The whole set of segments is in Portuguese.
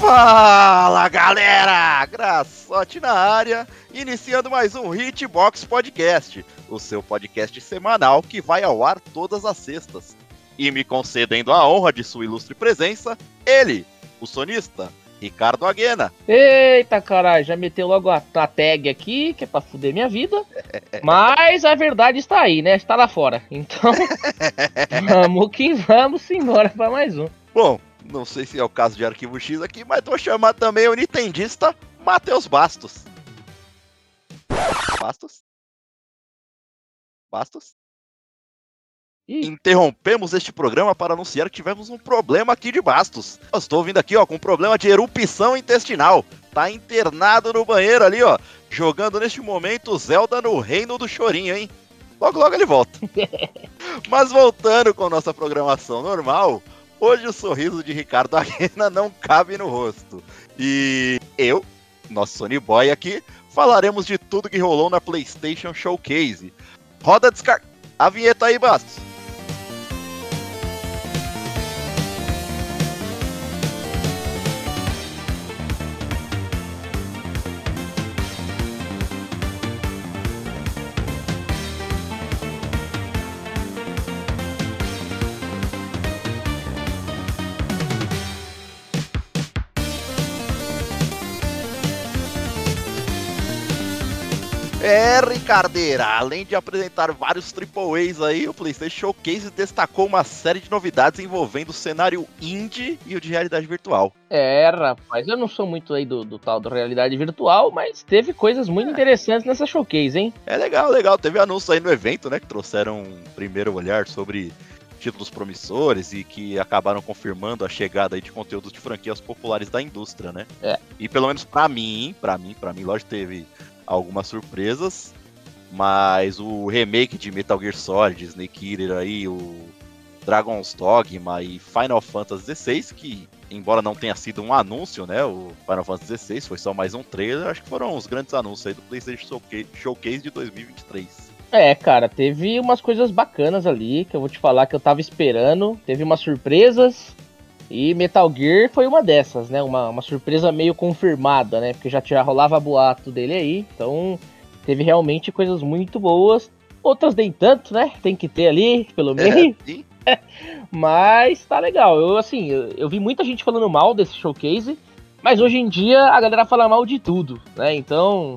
Fala galera, Graçote na área, iniciando mais um Hitbox Podcast, o seu podcast semanal que vai ao ar todas as sextas. E me concedendo a honra de sua ilustre presença, ele, o sonista, Ricardo Aguena. Eita caralho, já meteu logo a tag aqui, que é pra fuder minha vida, mas a verdade está aí, né, está lá fora, então vamos que vamos embora pra mais um. Bom, não sei se é o caso de Arquivo X aqui, mas vou chamar também o nintendista Matheus Bastos. Bastos? Interrompemos este programa para anunciar que tivemos um problema aqui de Bastos. Eu estou vindo aqui, com um problema de erupção intestinal. Tá internado no banheiro ali, jogando neste momento Zelda no Reino do Chorinho, hein? Logo, logo ele volta. Mas voltando com nossa programação normal, hoje o sorriso de Ricardo Aguena não cabe no rosto. E eu, nosso Sony Boy aqui, falaremos de tudo que rolou na PlayStation Showcase. Roda a vinheta aí, Bastos. Ricardeira, além de apresentar vários AAAs aí, o PlayStation Showcase destacou uma série de novidades envolvendo o cenário indie e o de realidade virtual. Rapaz, eu não sou muito aí do tal da realidade virtual, mas teve coisas muito interessantes nessa Showcase, hein? É legal, teve anúncio aí no evento, né, que trouxeram um primeiro olhar sobre títulos promissores e que acabaram confirmando a chegada aí de conteúdos de franquias populares da indústria, né? E pelo menos pra mim, lógico, teve algumas surpresas, mas o remake de Metal Gear Solid, Snake Eater aí, o Dragon's Dogma e Final Fantasy XVI, que embora não tenha sido um anúncio, né, o Final Fantasy XVI foi só mais um trailer, acho que foram os grandes anúncios aí do PlayStation Showcase de 2023. Cara, teve umas coisas bacanas ali, que eu vou te falar que eu tava esperando, teve umas surpresas, e Metal Gear foi uma dessas, né, uma surpresa meio confirmada, né, porque já rolava boato dele aí, então teve realmente coisas muito boas, outras nem tanto, né, tem que ter ali, pelo meio, mas tá legal, eu vi muita gente falando mal desse showcase, mas hoje em dia a galera fala mal de tudo, né, então,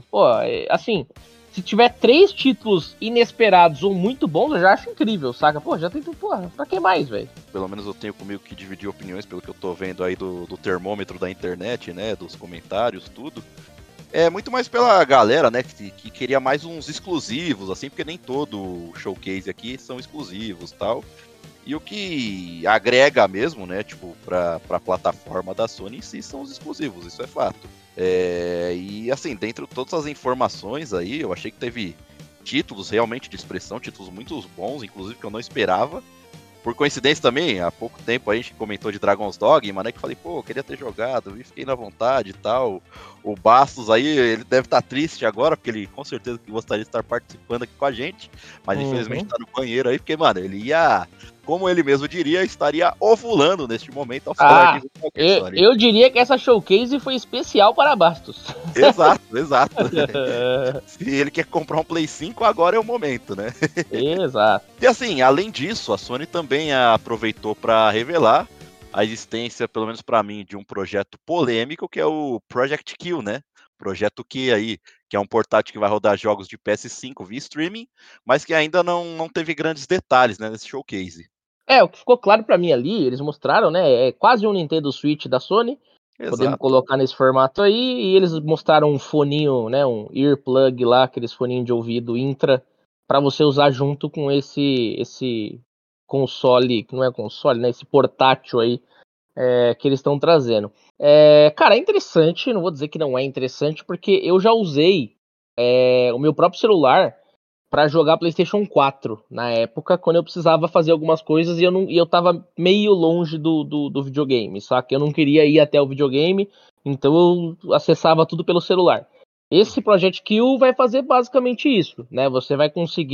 se tiver 3 títulos inesperados ou muito bons, eu já acho incrível, saca? Já tem tudo, pra que mais, velho? Pelo menos eu tenho comigo que dividir opiniões, pelo que eu tô vendo aí do termômetro da internet, né, dos comentários, tudo. É muito mais pela galera, né, que queria mais uns exclusivos, assim, porque nem todo showcase aqui são exclusivos e tal. E o que agrega mesmo, né, tipo, pra plataforma da Sony em si são os exclusivos, isso é fato. E assim, dentro de todas as informações aí, eu achei que teve títulos realmente de expressão, títulos muito bons, inclusive que eu não esperava. Por coincidência também, há pouco tempo a gente comentou de Dragon's Dogma, né, que eu falei, eu queria ter jogado, e fiquei na vontade e tal. O Bastos aí, ele deve estar triste agora, porque ele com certeza gostaria de estar participando aqui com a gente, mas infelizmente tá no banheiro aí, porque, mano, ele ia, como ele mesmo diria, estaria ovulando neste momento ao falar de qualquer história. Eu diria que essa showcase foi especial para Bastos. Exato. Se ele quer comprar um Play 5, agora é o momento, né? Exato. E assim, além disso, a Sony também aproveitou para revelar a existência, pelo menos para mim, de um projeto polêmico, que é o Project Q, né? Projeto Q aí, que é um portátil que vai rodar jogos de PS5 via streaming, mas que ainda não teve grandes detalhes, né, nesse showcase. O que ficou claro pra mim ali, eles mostraram, né, é quase um Nintendo Switch da Sony, podemos colocar nesse formato aí, e eles mostraram um foninho, né, um earplug lá, aqueles foninhos de ouvido intra, pra você usar junto com esse console, que não é console, né, esse portátil aí, que eles estão trazendo. Cara, é interessante, não vou dizer que não é interessante, porque eu já usei o meu próprio celular pra jogar PlayStation 4 na época, quando eu precisava fazer algumas coisas e eu tava meio longe do videogame, saca? Eu não queria ir até o videogame, então eu acessava tudo pelo celular. Esse Project Q vai fazer basicamente isso, né? Você vai conseguir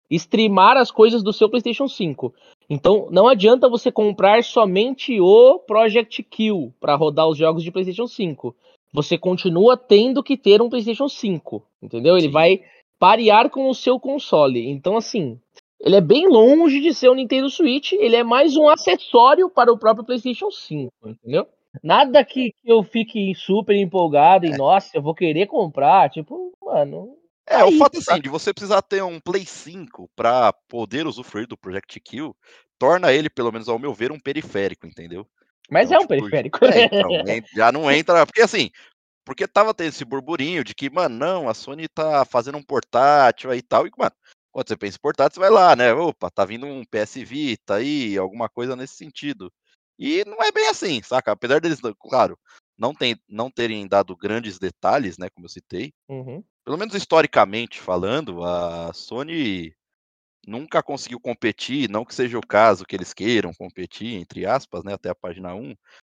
streamar as coisas do seu PlayStation 5. Então, não adianta você comprar somente o Project Q para rodar os jogos de PlayStation 5. Você continua tendo que ter um PlayStation 5, entendeu? Ele Sim. vai parear com o seu console. Então, assim, ele é bem longe de ser o Nintendo Switch, ele é mais um acessório para o próprio PlayStation 5, entendeu? Nada que eu fique super empolgado e, nossa, eu vou querer comprar, tipo, mano, O aí, fato, assim, de você precisar ter um Play 5 pra poder usufruir do Project Q, torna ele, pelo menos ao meu ver, um periférico, entendeu. mas Então, é um tipo, periférico. então, já não entra porque, assim, porque tava tendo esse burburinho de que, mano, não, a Sony tá fazendo um portátil aí e tal, e, mano, quando você pensa em portátil, você vai lá, né, opa, tá vindo um PS Vita aí, alguma coisa nesse sentido. E não é bem assim, saca, apesar deles, claro, não terem dado grandes detalhes, né, como eu citei, Uhum. pelo menos historicamente falando, a Sony nunca conseguiu competir, não que seja o caso que eles queiram competir, entre aspas, né, até a página 1,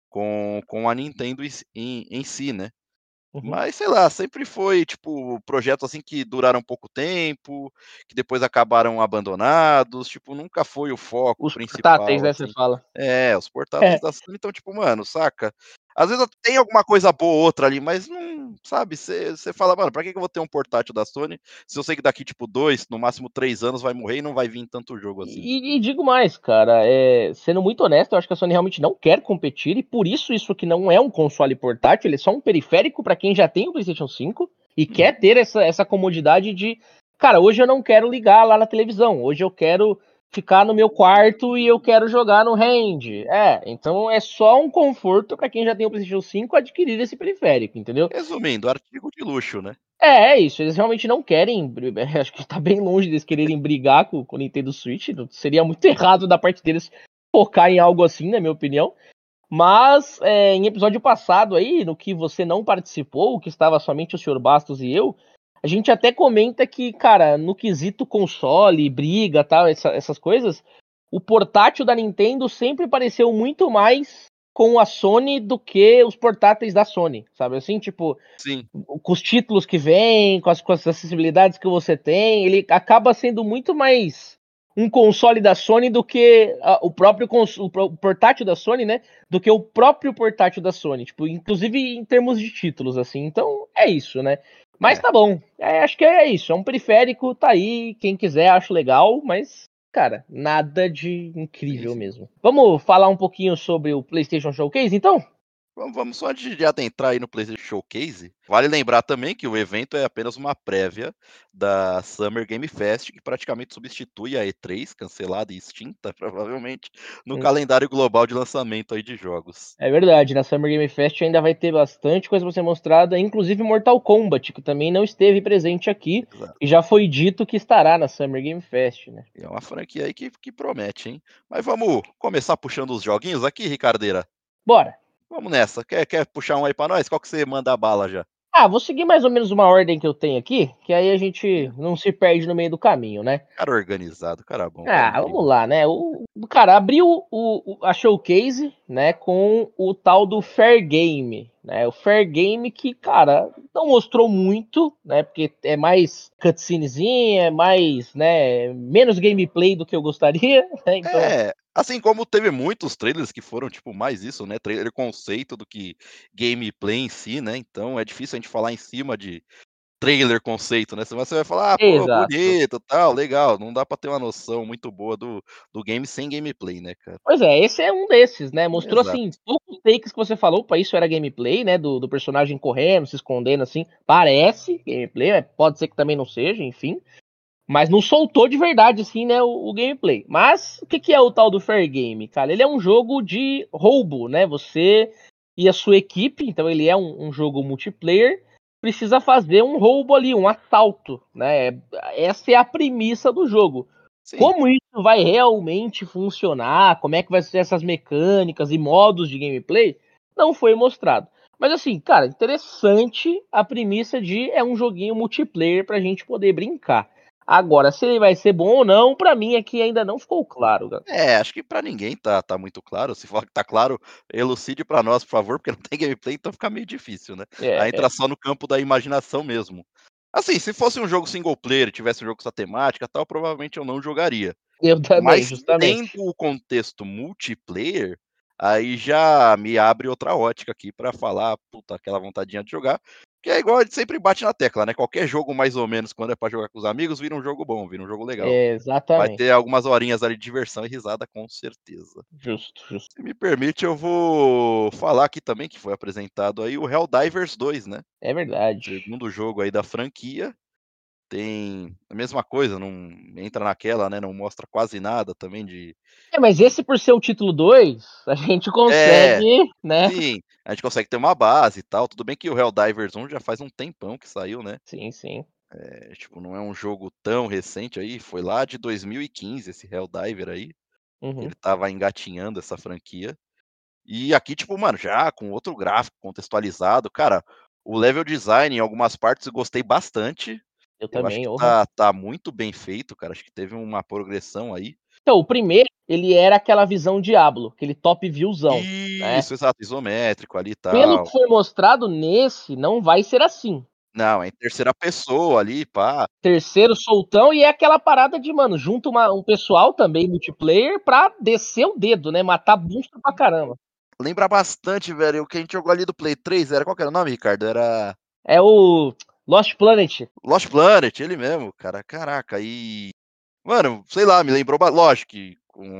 com a Nintendo em si, né. Uhum. Mas sei lá, sempre foi, tipo, projetos, assim, que duraram pouco tempo, que depois acabaram abandonados, tipo, nunca foi o foco Os portáteis, principal, né, você assim. fala. Os portáteis da Sony, então, tipo, mano, saca? Às vezes tem alguma coisa boa ou outra ali, mas não, sabe, você fala: "Mano, pra que que eu vou ter um portátil da Sony, se eu sei que daqui, tipo, 2, no máximo 3 anos vai morrer e não vai vir tanto jogo assim?". E digo mais, cara, sendo muito honesto, eu acho que a Sony realmente não quer competir e por isso que não é um console portátil, ele é só um periférico para quem já tem o PlayStation 5 e quer Uhum. ter essa comodidade de, cara, hoje eu não quero ligar lá na televisão, hoje eu quero ficar no meu quarto e eu quero jogar no hand. Então é só um conforto para quem já tem o PlayStation 5 adquirir esse periférico, entendeu? Resumindo, artigo de luxo, né. É isso, eles realmente não querem. Acho que tá bem longe deles quererem brigar com o Nintendo Switch. Seria muito errado da parte deles focar em algo assim, na minha opinião. Mas em episódio passado aí, no que você não participou, que estava somente o Sr. Bastos e eu, a gente até comenta que, cara, no quesito console, briga tal, essas coisas, o portátil da Nintendo sempre pareceu muito mais com a Sony do que os portáteis da Sony, sabe assim? Tipo, Sim. com os títulos que vem, com as acessibilidades que você tem, ele acaba sendo muito mais um console da Sony do que o próprio o portátil da Sony, né? Do que o próprio portátil da Sony, tipo, inclusive em termos de títulos, assim. Então é isso, né? Mas É, tá bom. Acho que é isso. É um periférico, tá aí. Quem quiser, acho legal, mas, cara, nada de sim, incrível sim. mesmo. Vamos falar um pouquinho sobre o PlayStation Showcase, então? Vamos só antes de adentrar aí no PlayStation Showcase, vale lembrar também que o evento é apenas uma prévia da Summer Game Fest, que praticamente substitui a E3, cancelada e extinta, provavelmente, no calendário global de lançamento aí de jogos. É verdade, na Summer Game Fest ainda vai ter bastante coisa pra ser mostrada, inclusive Mortal Kombat, que também não esteve presente aqui Exato. e já foi dito que estará na Summer Game Fest, né? E é uma franquia aí que promete, hein? Mas vamos começar puxando os joguinhos aqui, Ricardeira? Bora! Vamos nessa. Quer puxar um aí pra nós? Qual que você manda a bala já? Vou seguir mais ou menos uma ordem que eu tenho aqui, que aí a gente não se perde no meio do caminho, né? Cara organizado, cara bom, cara Vamos incrível. lá, né? O cara abriu a showcase, né, com o tal do Fair Game, né? O Fair Game que, cara, não mostrou muito, né? Porque é mais cutscenezinha, é mais, né, menos gameplay do que eu gostaria, né? Então, Assim como teve muitos trailers que foram, tipo, mais isso, né, trailer conceito do que gameplay em si, né, então é difícil a gente falar em cima de trailer conceito, né, senão você vai falar: "Ah, pô, exato. bonito, tal, legal", não dá pra ter uma noção muito boa do game sem gameplay, né, cara. Pois é, esse é um desses, né? Mostrou assim, Exato. poucos takes que você falou, opa, isso era gameplay, né? Do personagem correndo, se escondendo assim. Parece gameplay, mas pode ser que também não seja, enfim. Mas não soltou de verdade, assim, né, o gameplay. Mas o que é o tal do Fair Game, cara? Ele é um jogo de roubo, né? Você e a sua equipe, então ele é um jogo multiplayer, precisa fazer um roubo ali, um assalto, né? Essa é a premissa do jogo. Sim. Como isso vai realmente funcionar, como é que vai ser essas mecânicas e modos de gameplay, não foi mostrado. Mas assim, cara, interessante a premissa de é um joguinho multiplayer pra gente poder brincar. Agora, se ele vai ser bom ou não, pra mim aqui ainda não ficou claro, cara. Acho que pra ninguém tá muito claro, se for que tá claro, elucide pra nós, por favor, porque não tem gameplay, então fica meio difícil, né. Aí É, entra só no campo da imaginação mesmo. Assim, se fosse um jogo single player e tivesse um jogo com essa temática e tal, provavelmente eu não jogaria. Eu também, Mas tendo justamente. o contexto multiplayer, aí já me abre outra ótica aqui pra falar, puta, aquela vontadinha de jogar, que é igual a gente sempre bate na tecla, né, qualquer jogo mais ou menos quando é pra jogar com os amigos, vira um jogo bom, vira um jogo legal. Vai Exatamente. ter algumas horinhas ali de diversão e risada com certeza. Justo, justo. Se me permite, eu vou falar aqui também que foi apresentado aí o Helldivers 2, né, É verdade. segundo jogo aí da franquia. Tem a mesma coisa, não entra naquela, né, não mostra quase nada também Mas de esse por ser o título 2 a gente é, consegue, né. sim, a gente consegue ter uma base e tal, tudo bem que o Helldivers 1 já faz um tempão que saiu, né, Sim, sim. tipo, não é um jogo tão recente aí, foi lá de 2015 esse Helldiver aí, que Uhum. ele estava engatinhando essa franquia. E aqui, tipo, mano, já com outro gráfico contextualizado, cara, o level design em algumas partes eu gostei bastante, Eu eu acho também, que honra. tá muito bem feito, cara, acho que teve uma progressão aí. Então, o primeiro, ele era aquela visão Diablo, aquele top viewzão, né. Isso, exato, isométrico ali e Pelo que tal. foi mostrado nesse, não vai ser assim. Não, é em terceira pessoa ali, pá. Terceiro soltão e é aquela parada de, mano, junta um pessoal também multiplayer pra descer o dedo, né, matar monstro pra caramba. Lembra bastante, velho, o que a gente jogou ali do Play 3, era qual que era o nome, Ricardo? Era É o Lost Planet. Lost Planet, ele mesmo, cara, caraca, e mano, sei lá, me lembrou ba lógico que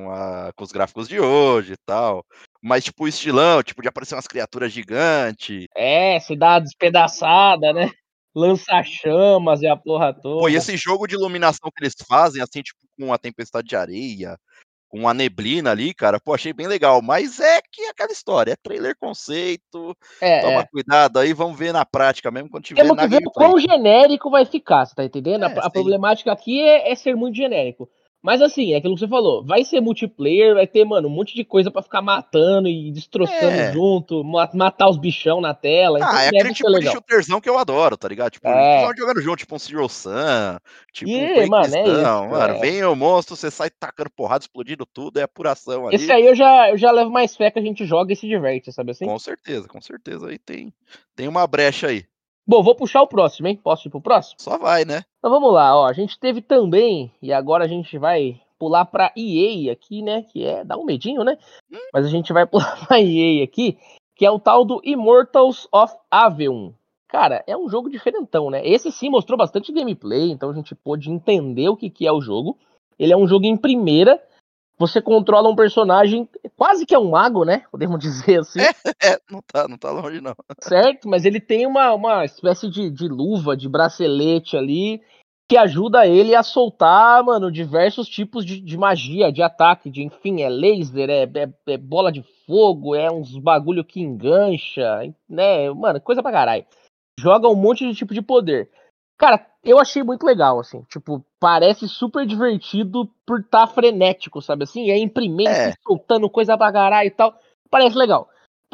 com os gráficos de hoje e tal, mas tipo o estilão, tipo de aparecer umas criaturas gigante. É, cidade despedaçada, né, lança-chamas e a porra Pô, e toda. esse jogo de iluminação que eles fazem, assim, tipo com a tempestade de areia, com a neblina ali, cara, pô, achei bem legal, mas é que é aquela história, é trailer conceito, É, toma é. cuidado aí, vamos ver na prática mesmo quando tiver Temos na que ver o gameplay. quão genérico vai ficar, você tá entendendo? É, A sim. problemática aqui é ser muito genérico. Mas assim, é aquilo que você falou, vai ser multiplayer, vai ter, mano, um monte de coisa pra ficar matando e destroçando É. junto, matar os bichão na tela, então Ah, é aquele deve ser tipo de legal. shooterzão que eu adoro, tá ligado? Tipo, É. episódio jogando junto, tipo um Zero Sun, tipo um E, mano, é isso. Quakezão, mano, vem o monstro, você sai tacando porrada, explodindo tudo, é apuração Esse ali. aí eu já levo mais fé que a gente joga e se diverte, sabe assim? Com certeza, aí tem uma brecha aí. Bom, vou puxar o próximo, hein? Posso ir pro próximo? Só vai, né. Então vamos lá, ó. A gente teve também, e agora a gente vai pular pra EA aqui, né? Que é, dá um medinho, né? Mas a gente vai pular pra EA aqui, que é o tal do Immortals of Aveum. Cara, é um jogo diferentão, né? Esse sim mostrou bastante gameplay, então a gente pôde entender o que, que é o jogo. Ele é um jogo em primeira, você controla um personagem, quase que é um mago, né? Podemos dizer assim, Não tá longe não. certo? Mas ele tem uma espécie de luva, de bracelete ali, que ajuda ele a soltar, mano, diversos tipos de magia, de ataque, de enfim, é laser, é bola de fogo, é uns bagulho que engancha, né? Mano, coisa pra caralho. Joga um monte de tipo de poder. Cara, eu achei muito legal, assim. Tipo, parece super divertido por estar frenético, sabe assim? É em primeiro e se É. soltando coisa pra caralho e tal. Parece legal.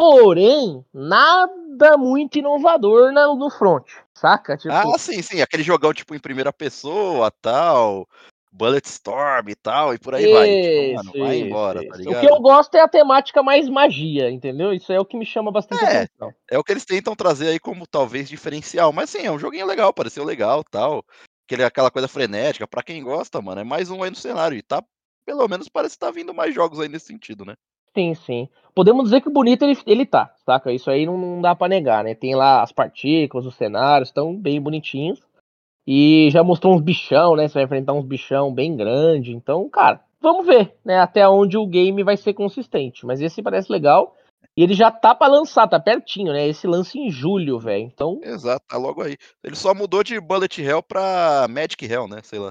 Porém, nada muito inovador no front, saca? Tipo, Ah, sim, sim, aquele jogão, tipo, em primeira pessoa, tal, Bulletstorm e tal, e por aí vai, tipo, mano, isso, vai isso, embora, tá isso. O que eu ligado? gosto é a temática mais magia, entendeu? Isso é o que me chama bastante É, atenção. é o que eles tentam trazer aí como talvez diferencial, mas sim, é um joguinho legal, pareceu legal, tal, aquela coisa frenética, pra quem gosta, mano, é mais um aí no cenário, e tá pelo menos parece que tá vindo mais jogos aí nesse sentido, né. Sim, sim. Podemos dizer que bonito ele tá, saca? Isso aí não dá pra negar, né? Tem lá as partículas, os cenários, estão bem bonitinhos. E já mostrou uns bichão, né? Você vai enfrentar uns bichão bem grande. Então, cara, vamos ver, né? Até onde o game vai ser consistente. Mas esse parece legal. E ele já tá pra lançar, tá pertinho, né? Esse lança em julho, velho. Então, Exato, tá logo aí. Ele só mudou de Bullet Hell pra Magic Hell, né, sei lá.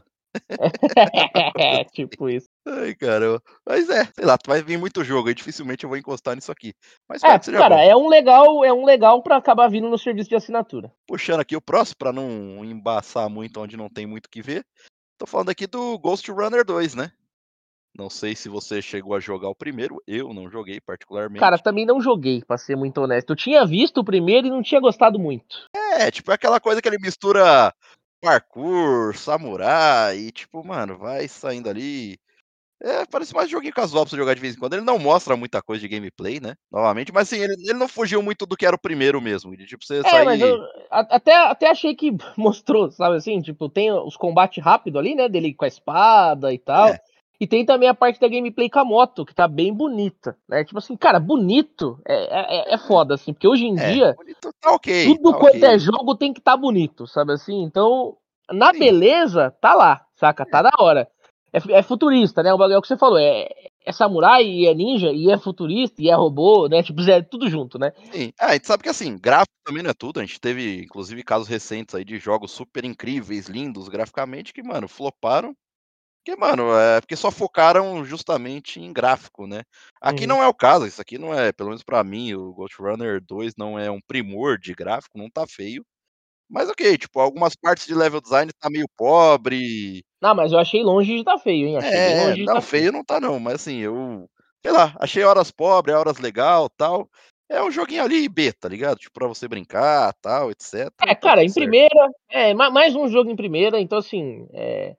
tipo isso. Ai, caramba. Mas é, sei lá, vai vir muito jogo aí, dificilmente eu vou encostar nisso aqui. Mas É, espero que seja cara, bom. é um legal para acabar vindo no serviço de assinatura. Puxando aqui o próximo, pra não embaçar muito onde não tem muito o que ver, tô falando aqui do Ghost Runner 2, né. Não sei se você chegou a jogar o primeiro, eu não joguei Cara, particularmente. também não joguei, pra ser muito honesto. Eu tinha visto o primeiro e não tinha gostado muito. É, tipo, é aquela coisa que ele mistura parkour, samurai e tipo, mano, vai saindo ali. Parece mais um joguinho casual pra você jogar de vez em quando. Ele não mostra muita coisa de gameplay, né, novamente, mas assim, ele não fugiu muito do que era o primeiro mesmo, de tipo, você Mas eu sair até achei que mostrou, sabe assim? Tipo, tem os combates rápidos ali, né? Dele com a espada e tal. é, E tem também a parte da gameplay com a moto, que tá bem bonita, né? Tipo assim, cara, bonito é foda, assim, porque hoje em dia, bonito, tá ok, tudo tá quanto é ok. jogo tem que tá bonito, sabe assim? Então, na Sim, beleza, tá lá, saca? Tá é, da hora. É futurista, né? É o que você falou, é samurai e é ninja e é futurista e é robô, né? Tipo, é tudo junto, né? sim. A gente sabe que, assim, gráfico também não é tudo, a gente teve, inclusive, casos recentes aí de jogos super incríveis, lindos graficamente, que, mano, floparam. Porque, mano, porque só focaram justamente em gráfico, né. Aqui Uhum. não é o caso, isso aqui não é, pelo menos pra mim, o Ghost Runner 2 não é um primor de gráfico, não tá feio. Mas ok, tipo, algumas partes de level design tá meio pobre. Ah, mas eu achei longe de estar feio, hein? Achei bem longe de Não, estar feio. feio não tá não, mas assim, sei lá, achei horas pobre, horas legal, tal. É um joguinho ali B, tá ligado? Tipo, pra você brincar, tal, etcétera, É, e tá cara, tudo em certo. primeira, mais um jogo em primeira, então assim,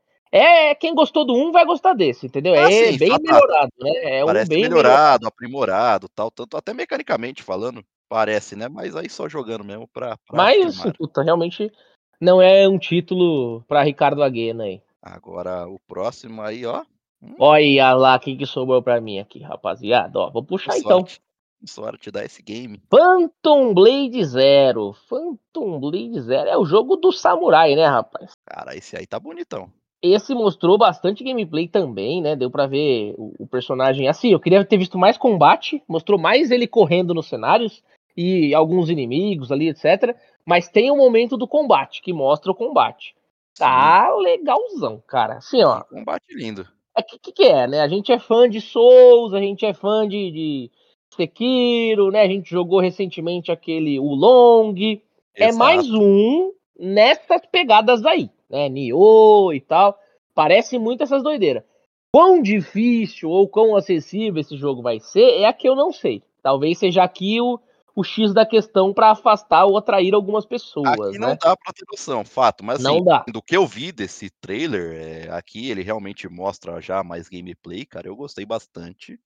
quem gostou do um vai gostar desse, entendeu? Ah, É sim, bem tá. melhorado, né? É um Parece bem melhorado. melhorado, aprimorado, tal, tanto até mecanicamente falando, parece, né, mas aí só jogando mesmo pra Mas, assim, afirmar. puta, realmente não é um título pra Ricardo Aguena aí. Agora o próximo aí, ó, Olha lá quem que sobrou pra mim aqui, rapaziada. Ó, vou com puxar então. sorte, com sorte dá esse game. Phantom Blade Zero. Phantom Blade Zero é o jogo do samurai, né, rapaz? Cara, esse aí tá bonitão. Esse mostrou bastante gameplay também, né? Deu pra ver o personagem. Assim, eu queria ter visto mais combate, mostrou mais ele correndo nos cenários e alguns inimigos ali, etc. Mas tem um momento do combate que mostra o combate. Sim, Tá legalzão, cara. Assim, ó. que combate lindo. Que é, né? A gente é fã de Souls, a gente é fã de Sekiro, né? A gente jogou recentemente aquele o Long. É mais Exato. um nessas pegadas aí, né? Nioh e tal. Parece muito essas doideiras. Quão difícil ou quão acessível esse jogo vai ser é a que eu não sei. Talvez seja aqui o X da questão para afastar ou atrair algumas pessoas, Aqui não né? dá pra ter noção, fato, mas assim, Não dá. do que eu vi desse trailer, aqui ele realmente mostra já mais gameplay, cara, eu gostei bastante.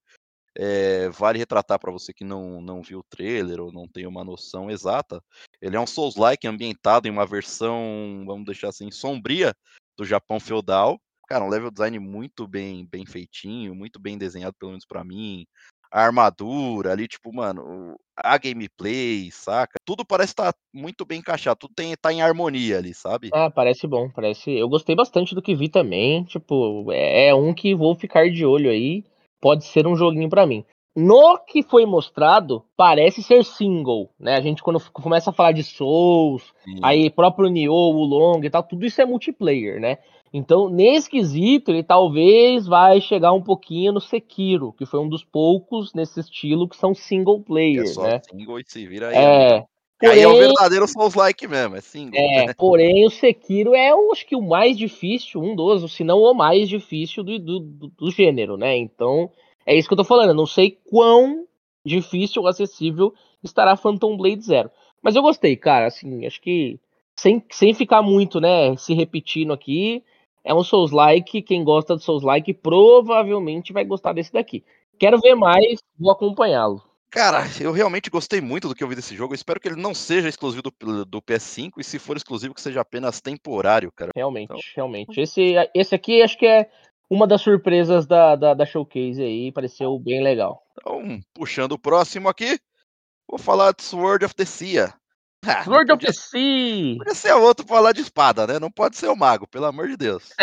Vale retratar para você que não viu o trailer ou não tem uma noção exata, ele é um Souls-like ambientado em uma versão, vamos deixar assim, sombria do Japão feudal. Cara, um level design muito bem feitinho, muito bem desenhado, pelo menos para mim. A armadura ali, tipo, mano, a gameplay, saca? Tudo parece estar muito bem encaixado, tudo tá em harmonia ali, sabe? Ah, parece bom, parece. Eu gostei bastante do que vi também. Tipo, é um que vou ficar de olho aí. Pode ser um joguinho pra mim. No que foi mostrado, parece ser single, né? A gente quando começa a falar de Souls, Sim, aí próprio Nioh, o Long e tal, tudo isso é multiplayer, né? Então, nesse quesito, ele talvez vai chegar um pouquinho no Sekiro, que foi um dos poucos nesse estilo que são single que é player, só né? single e se vira aí, amigo. É. E aí é o Porém, verdadeiro Souls-like mesmo, é single. porém o Sekiro é, eu acho que o mais difícil, um dos, se não o mais difícil do gênero, né? Então, é isso que eu tô falando. Eu não sei quão difícil ou acessível estará Phantom Blade Zero. Mas eu gostei, cara. Assim, acho que sem ficar muito, né, se repetindo aqui, é um Souls-like. Quem gosta de Souls-like provavelmente vai gostar desse daqui. Quero ver mais, vou acompanhá-lo. Cara, eu realmente gostei muito do que eu vi desse jogo. Eu espero que ele não seja exclusivo do PS5 e se for exclusivo que seja apenas temporário, cara. Então, Realmente, realmente. Esse aqui acho que é uma das surpresas da Showcase aí, pareceu bem legal. puxando o próximo aqui, vou falar de Sword of the Sea. Ah, não Sword of podia, the Sea! podia ser outro pra falar de espada, né? Não pode ser o mago, pelo amor de Deus.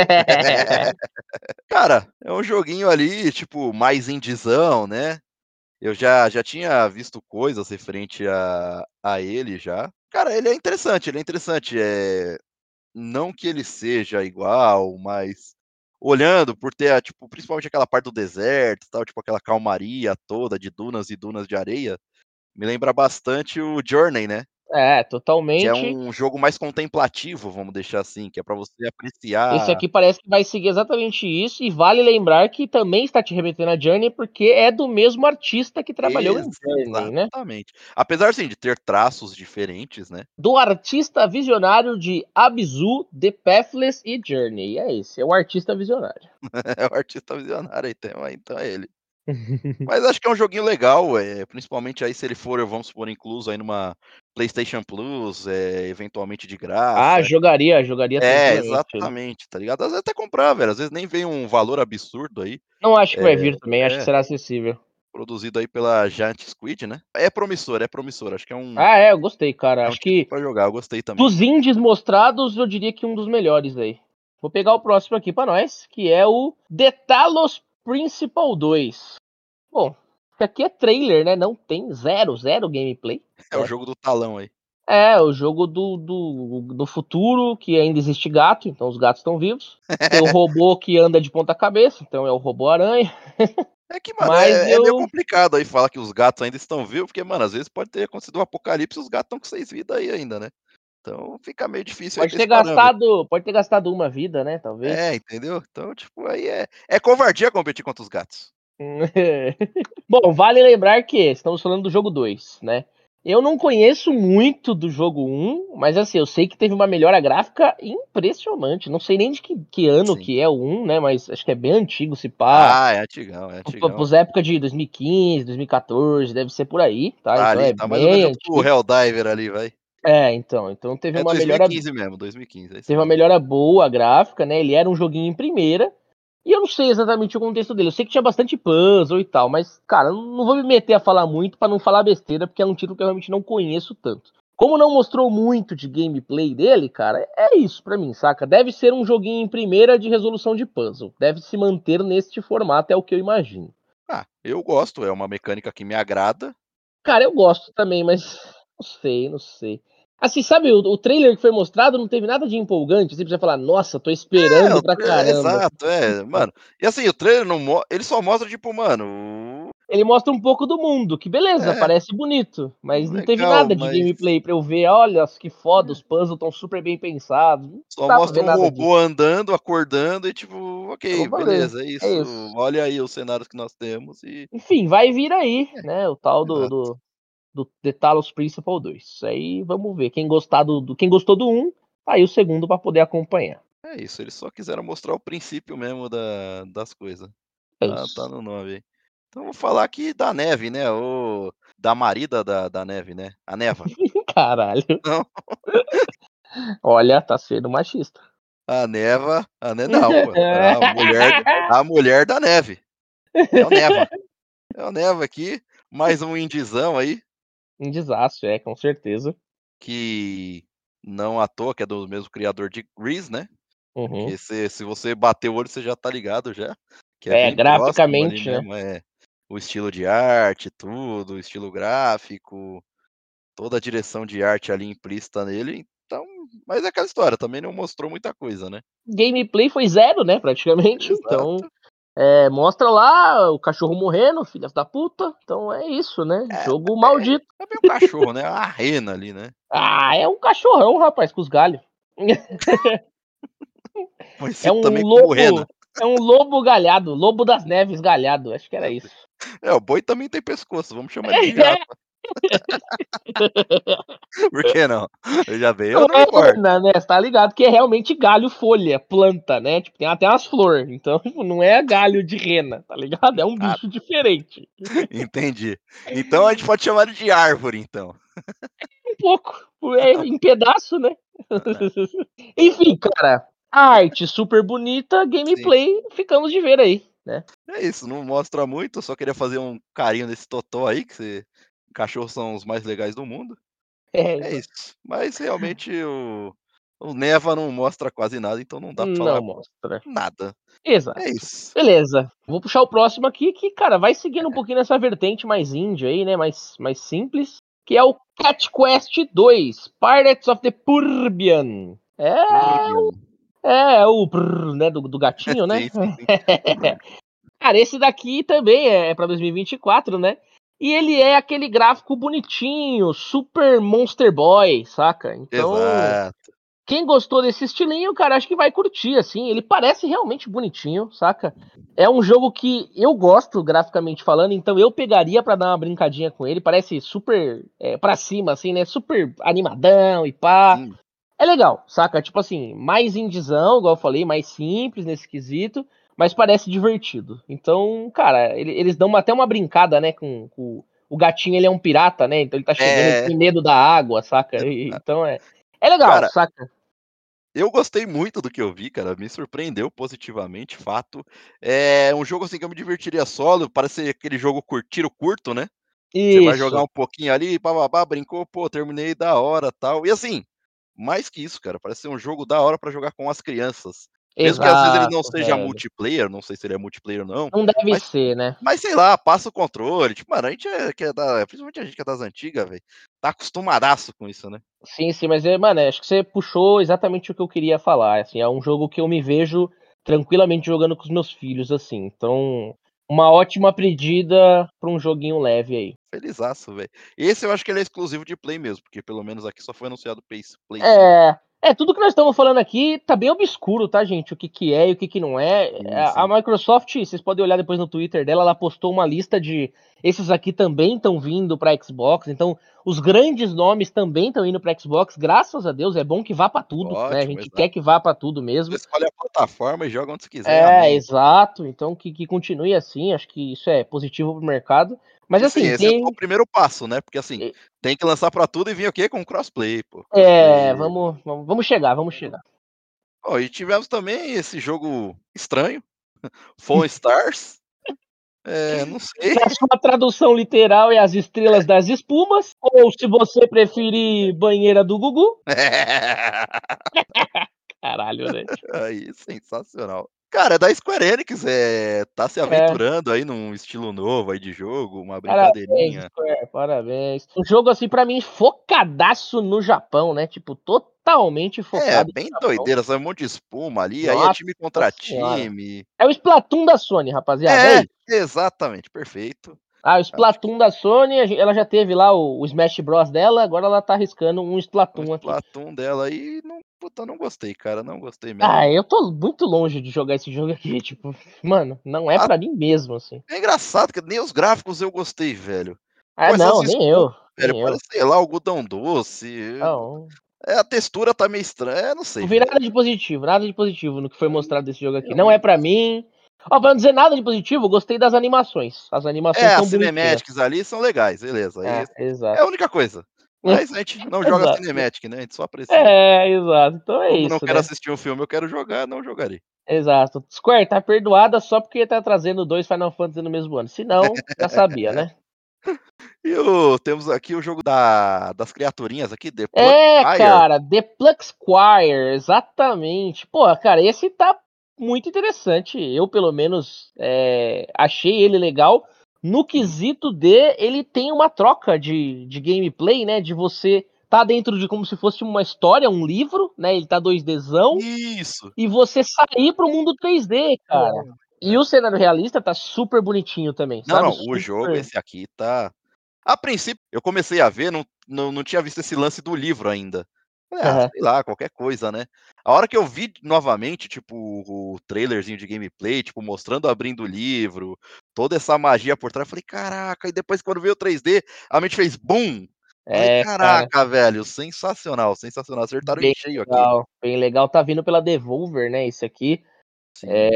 Cara, é um joguinho ali, tipo, mais indizão, né? Eu já tinha visto coisas referente a ele já. Cara, ele é interessante, ele é interessante. Não que ele seja igual, mas olhando por ter, tipo, principalmente aquela parte do deserto e tal, tipo aquela calmaria toda de dunas e dunas de areia, me lembra bastante o Journey, né. Totalmente. Que é um jogo mais contemplativo, vamos deixar assim, que é pra você Esse apreciar. aqui parece que vai seguir exatamente isso, e vale lembrar que também está te remetendo a Journey, porque é do mesmo artista que trabalhou em Journey, né? Exatamente. Apesar, assim, de ter traços diferentes, né. Do artista visionário de Abzu, The Pathless e Journey. É esse, é o artista visionário. É o artista visionário, então é ele. Mas acho que é um joguinho legal, principalmente aí se ele for, vamos supor, incluso aí numa PlayStation Plus, eventualmente de Ah, graça. jogaria tranquilamente aí. Exatamente, tá ligado? Às vezes até comprar, velho, às vezes nem vem um valor absurdo aí, Não acho que vai eh vir também, acho que é, será acessível. produzido aí pela Giant Squid, né. É promissor, acho que Eu gostei, cara. é um Acho título que pra jogar, eu gostei também. dos indies mostrados, eu diria que um dos melhores aí. Vou pegar o próximo aqui pra nós, que é o The Talos Principal 2. Bom, isso aqui é trailer, né? Não tem zero gameplay. É o Né? jogo do talão aí. É o jogo do futuro, que ainda existe gato, então os gatos estão vivos. Tem o robô que anda de ponta cabeça, então é o robô aranha. É que, mano, Mas é meio eu. complicado aí falar que os gatos ainda estão vivos, porque, mano, às vezes pode ter acontecido um apocalipse e os gatos estão com 6 vidas aí ainda, né. Então fica meio difícil aí ter esse parâmetro. Pode ter gastado uma vida, né? É, Talvez. entendeu? Então, tipo, aí é covardia competir contra os gatos. Bom, vale lembrar que estamos falando do jogo 2, né? Eu não conheço muito do jogo 1, mas assim, eu sei que teve uma melhora gráfica impressionante. Não sei nem de que ano Sim. que é o 1, né? Mas acho que é bem antigo, se pá. Ah, é antigão, é antigão. Pros épocas de 2015, 2014, deve ser por aí, tá? Tá Então ali, é tá mais ou menos bem junto com o antigo. Helldiver ali, vai. Então teve É uma melhora 2015 mesmo, 2015, é isso Teve uma mesmo. melhora boa gráfica, né? Ele era um joguinho em primeira. E eu não sei exatamente o contexto dele. Eu sei que tinha bastante puzzle e tal, mas, cara, não vou me meter a falar muito pra não falar besteira, porque é um título que eu realmente não conheço tanto. Como não mostrou muito de gameplay dele, cara, é isso pra mim, saca? Deve ser um joguinho em primeira de resolução de puzzle. Deve se manter neste formato, é o que eu imagino. Ah, eu gosto, é uma mecânica que me agrada. Cara, eu gosto também, mas não sei. Assim, sabe, o trailer que foi mostrado não teve nada de empolgante, assim, pra você falar, nossa, tô É, esperando pra caramba. exato, mano. E assim, o trailer não mo ele só mostra, tipo, mano, Ele mostra um pouco do mundo, que beleza, é, parece bonito, mas não teve legal, nada de mas gameplay pra eu ver, olha que foda, os puzzles estão super bem pensados. Não só dá pra mostra ver um nada disso. robô andando, acordando e tipo, Eu ok, vou ver. beleza, é É isso. isso. Olha aí os cenários que nós temos e Enfim, vai vir aí, né? O tal exato. do The Talos Principal 2. Isso aí, vamos ver. Quem gostou do 1, tá aí o segundo pra poder acompanhar. É isso, eles só quiseram mostrar o princípio mesmo das coisas. É Tá isso. no nome aí. Então vou falar aqui da neve, né, ou da marida da neve, né, a Neva. Caralho. Não, Olha, tá sendo machista. a Neva, não, pô, a mulher da neve. É o Neva. É o Neva aqui, mais um indizão aí, Um desastre, com certeza. que não à toa que é do mesmo criador de Grease, né. Uhum. Que se você bater o olho, você já tá ligado já, que é bem próximo ali Graficamente, né? mesmo, o estilo de arte, tudo, o estilo gráfico, toda a direção de arte ali implícita nele, então mas é aquela história, também não mostrou muita coisa, né. Gameplay foi zero, né, praticamente. Então, Exato. mostra lá o cachorro morrendo, filhas da puta. Então é isso, né? Jogo maldito. É bem um cachorro, né, uma rena ali, né. Ah, é um cachorrão, rapaz, com os galhos. É Conhecido um também como rena. lobo. É um lobo galhado, lobo das neves galhado. Acho que era Meu isso. Deus. É, o boi também tem pescoço, vamos chamar ele de girafa. Por que não? Já veio Não no é uniforme. rena, né? Você tá ligado que é realmente galho, folha, planta, né? Tipo, tem até umas flores. Então, tipo, não é galho de rena, tá ligado? É um Ah, bicho diferente. entendi. Então a gente pode chamar ele de árvore, então. Um pouco. Em pedaço, né? É, Enfim, cara. Arte super bonita, sim. gameplay, ficamos de ver aí, né? É isso, não mostra muito, eu só queria fazer um carinho nesse totó aí, cachorros são os mais legais do mundo. É Então. isso. Mas realmente o Neva não mostra quase nada, então não dá pra Não falar mostra. nada. É Exato. isso. Beleza. Vou puxar o próximo aqui, que, cara, vai seguindo um pouquinho nessa vertente mais indie aí, né? Mais simples. Que é o Cat Quest 2, Pirates of the Purbian. Urbian. É o prrr, né, do gatinho, né? Sim, sim, sim. Cara, esse daqui também é pra 2024, né? E ele é aquele gráfico bonitinho, super Monster Boy, saca? Então, Exato. quem gostou desse estilinho, cara, acho que vai curtir, assim. Ele parece realmente bonitinho, saca? É um jogo que eu gosto, graficamente falando, então eu pegaria pra dar uma brincadinha com ele. Parece super pra cima, assim, né? Super animadão e pá. Sim. É legal, saca? Tipo assim, mais indizão, igual eu falei, mais simples nesse quesito, mas parece divertido. Então, cara, eles dão até uma brincada, né? Com o gatinho, ele é um pirata, né? Então ele tá chegando, ele É. tem medo da água, saca? Então é legal, Cara, saca? eu gostei muito do que eu vi, cara, me surpreendeu positivamente, fato. É um jogo, assim, que eu me divertiria solo, parece aquele jogo tiro curto, né. Você vai jogar Isso, um pouquinho ali, pá-pá-pá, brincou, pô, terminei da hora, tal. E assim, mais que isso, cara, parece ser um jogo da hora pra jogar com as crianças. Mesmo que às vezes ele não exato, seja velho. multiplayer, não sei se ele é multiplayer ou não, Não deve mas ser, né? mas sei lá, passa o controle, tipo, mano, a gente que é da principalmente a gente que é das antigas, velho, tá acostumadaço com isso, né. Sim, sim, mas mano, acho que você puxou exatamente o que eu queria falar. Assim, é um jogo que eu me vejo tranquilamente jogando com os meus filhos, assim. Então, uma ótima pedida pra um joguinho leve aí. Felizaço, velho. Esse eu acho que ele é exclusivo de Play mesmo, porque pelo menos aqui só foi anunciado Play 5. Tudo que nós estamos falando aqui tá bem obscuro, tá, gente? O que que é e o que que não é. Sim, A sim. Microsoft, vocês podem olhar depois no Twitter dela, ela postou uma lista de esses aqui também estão vindo pra Xbox. Então, os grandes nomes também estão indo pra Xbox. Graças a Deus, é bom que vá pra tudo, né? A Ótimo, gente quer exato. que vá pra tudo Você mesmo. escolhe a plataforma e joga onde você quiser, amém. Exato. Então, que continue assim. Acho que isso é positivo pro mercado. Mas E sim, assim, esse é só o tem. primeiro passo, né, porque assim, tem que lançar pra tudo e vir o quê? Com crossplay, pô, É, crossplay. vamos chegar, vamos chegar. Ó, e tivemos também esse jogo estranho, Fall Stars, não sei. Na sua tradução literal é as estrelas das espumas, ou se você preferir banheira do Gugu. Caralho, né? Aí, sensacional. Cara, é da Square Enix, tá se É, aventurando aí num estilo novo aí de jogo, uma parabéns, brincadeirinha. Square, parabéns. Um jogo assim pra mim focadaço no Japão, né? Tipo, totalmente É, focado bem no Japão. doideira, sabe, um monte de espuma ali, aí é Nossa time contra senhora. time. É o Splatoon da Sony, rapaziada, é É, isso. exatamente, perfeito. Ah, o Acho que Splatoon da Sony, ela já teve lá o Smash Bros dela, agora ela tá arriscando um o Splatoon aqui. Splatoon dela aí, não, puta, não gostei, cara, não gostei Ah, mesmo. eu tô muito longe de jogar esse jogo aqui, tipo, mano, não é Ah, pra mim mesmo, assim. é engraçado que nem os gráficos eu gostei, velho. Ah, Pô, essas não, nem espumas, eu, velho, nem eu. parece, sei lá, algodão doce, Não. a textura tá meio estranha, não sei, Não vi velho. nada de positivo no que foi mostrado desse jogo aqui. Não é Realmente. pra mim. Ó, pra não dizer nada de positivo, eu gostei das animações. As animações As tão bonitinhas. cinematics ali são legais, beleza, aí é Exato. a única coisa. Mas a gente não joga Exato. cinematic, né, a gente só aprecia. Exato. Então é Como não isso, quero né? assistir um filme, eu quero jogar, não jogarei. Exato. Square tá perdoada só porque tá trazendo dois Final Fantasy no mesmo ano. Se não, já sabia, né? E temos aqui o jogo das criaturinhas aqui, The Fire. Cara, The Plux Choir, exatamente. Pô, cara, esse tá muito interessante. Eu, pelo menos, achei ele legal. No Sim. quesito ele tem uma troca de gameplay, né? De você tá dentro de como se fosse uma história, um livro, né? Ele tá 2Dzão, Isso. e você sair pro mundo 3D, cara. E É. o cenário realista tá super bonitinho também, Não, sabe? não, o jogo Super. esse aqui tá a princípio, eu comecei a ver, não tinha visto esse lance do livro ainda. Falei: "Ah, sei lá, qualquer coisa, né". A hora que eu vi novamente, tipo, o trailerzinho de gameplay, tipo, mostrando abrindo o livro, toda essa magia por trás, eu falei: "Caraca", e depois quando veio o 3D, a mente fez bum. Falei: Cara. "Caraca, velho, sensacional, sensacional", acertaram em Bem cheio aqui. legal, bem legal. Tá vindo pela Devolver, né, esse aqui. Sim.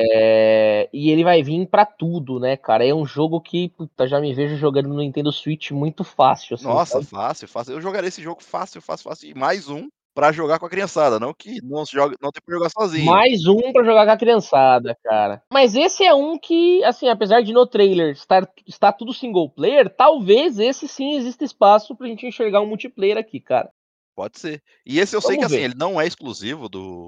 E ele vai vir pra tudo, né, cara. É um jogo que, puta, já me vejo jogando no Nintendo Switch muito fácil, assim, Nossa, sabe. fácil, fácil. Eu jogaria esse jogo fácil, fácil, fácil, e mais um pra jogar com a criançada, não que não se joga não tem pra jogar sozinho. Mais um pra jogar com a criançada, cara. Mas esse é um que, assim, apesar de no trailer estar tudo single player, talvez esse sim exista espaço pra gente enxergar um multiplayer aqui, cara. Pode ser. E esse eu sei que, Vamos assim, ver. ele não é exclusivo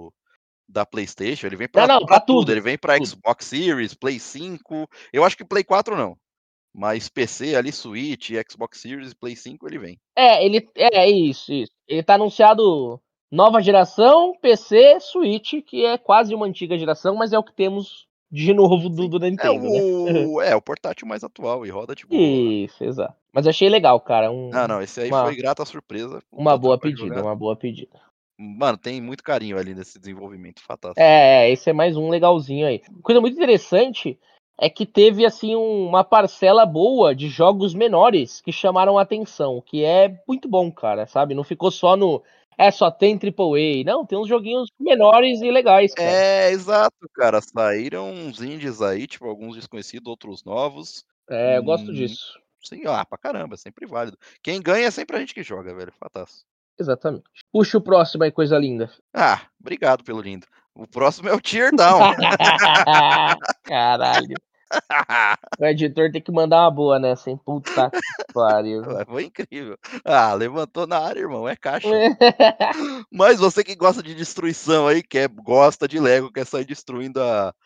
da PlayStation, ele vem Não, não, pra pra tudo, tudo, ele vem pra tudo. Xbox Series, Play 5, eu acho que Play 4 não, mas PC ali, Switch, Xbox Series e Play 5 ele vem. Isso, isso. Ele tá anunciado nova geração, PC, Switch, que é quase uma antiga geração, mas é o que temos de novo do Nintendo, né? O portátil mais atual e roda de boa. Isso, exato. Mas achei legal, cara. Não, esse aí foi grata surpresa. Uma Puta, dá boa pra pedida, jogar. uma boa pedida. Mano, tem muito carinho ali nesse desenvolvimento, fantástico. Esse é mais um legalzinho aí. Coisa muito interessante é que teve assim uma parcela boa de jogos menores que chamaram a atenção, que é muito bom, cara, sabe? Não ficou só no só tem AAA, não, tem uns joguinhos menores e legais, cara. Exato, cara. Saíram uns indies aí, tipo, alguns desconhecidos, outros novos. Eu gosto Hum, disso. sim, pra caramba, é sempre válido. Quem ganha é sempre a gente que joga, velho. Fantástico. Exatamente. Puxa o próximo aí, coisa linda. Obrigado pelo lindo. O próximo é o Tear Down. Caralho. O editor tem que mandar uma boa nessa, hein? Puta que pariu. Foi incrível. Levantou na área, irmão. É caixa. Mas você que gosta de destruição aí, gosta de Lego, quer sair destruindo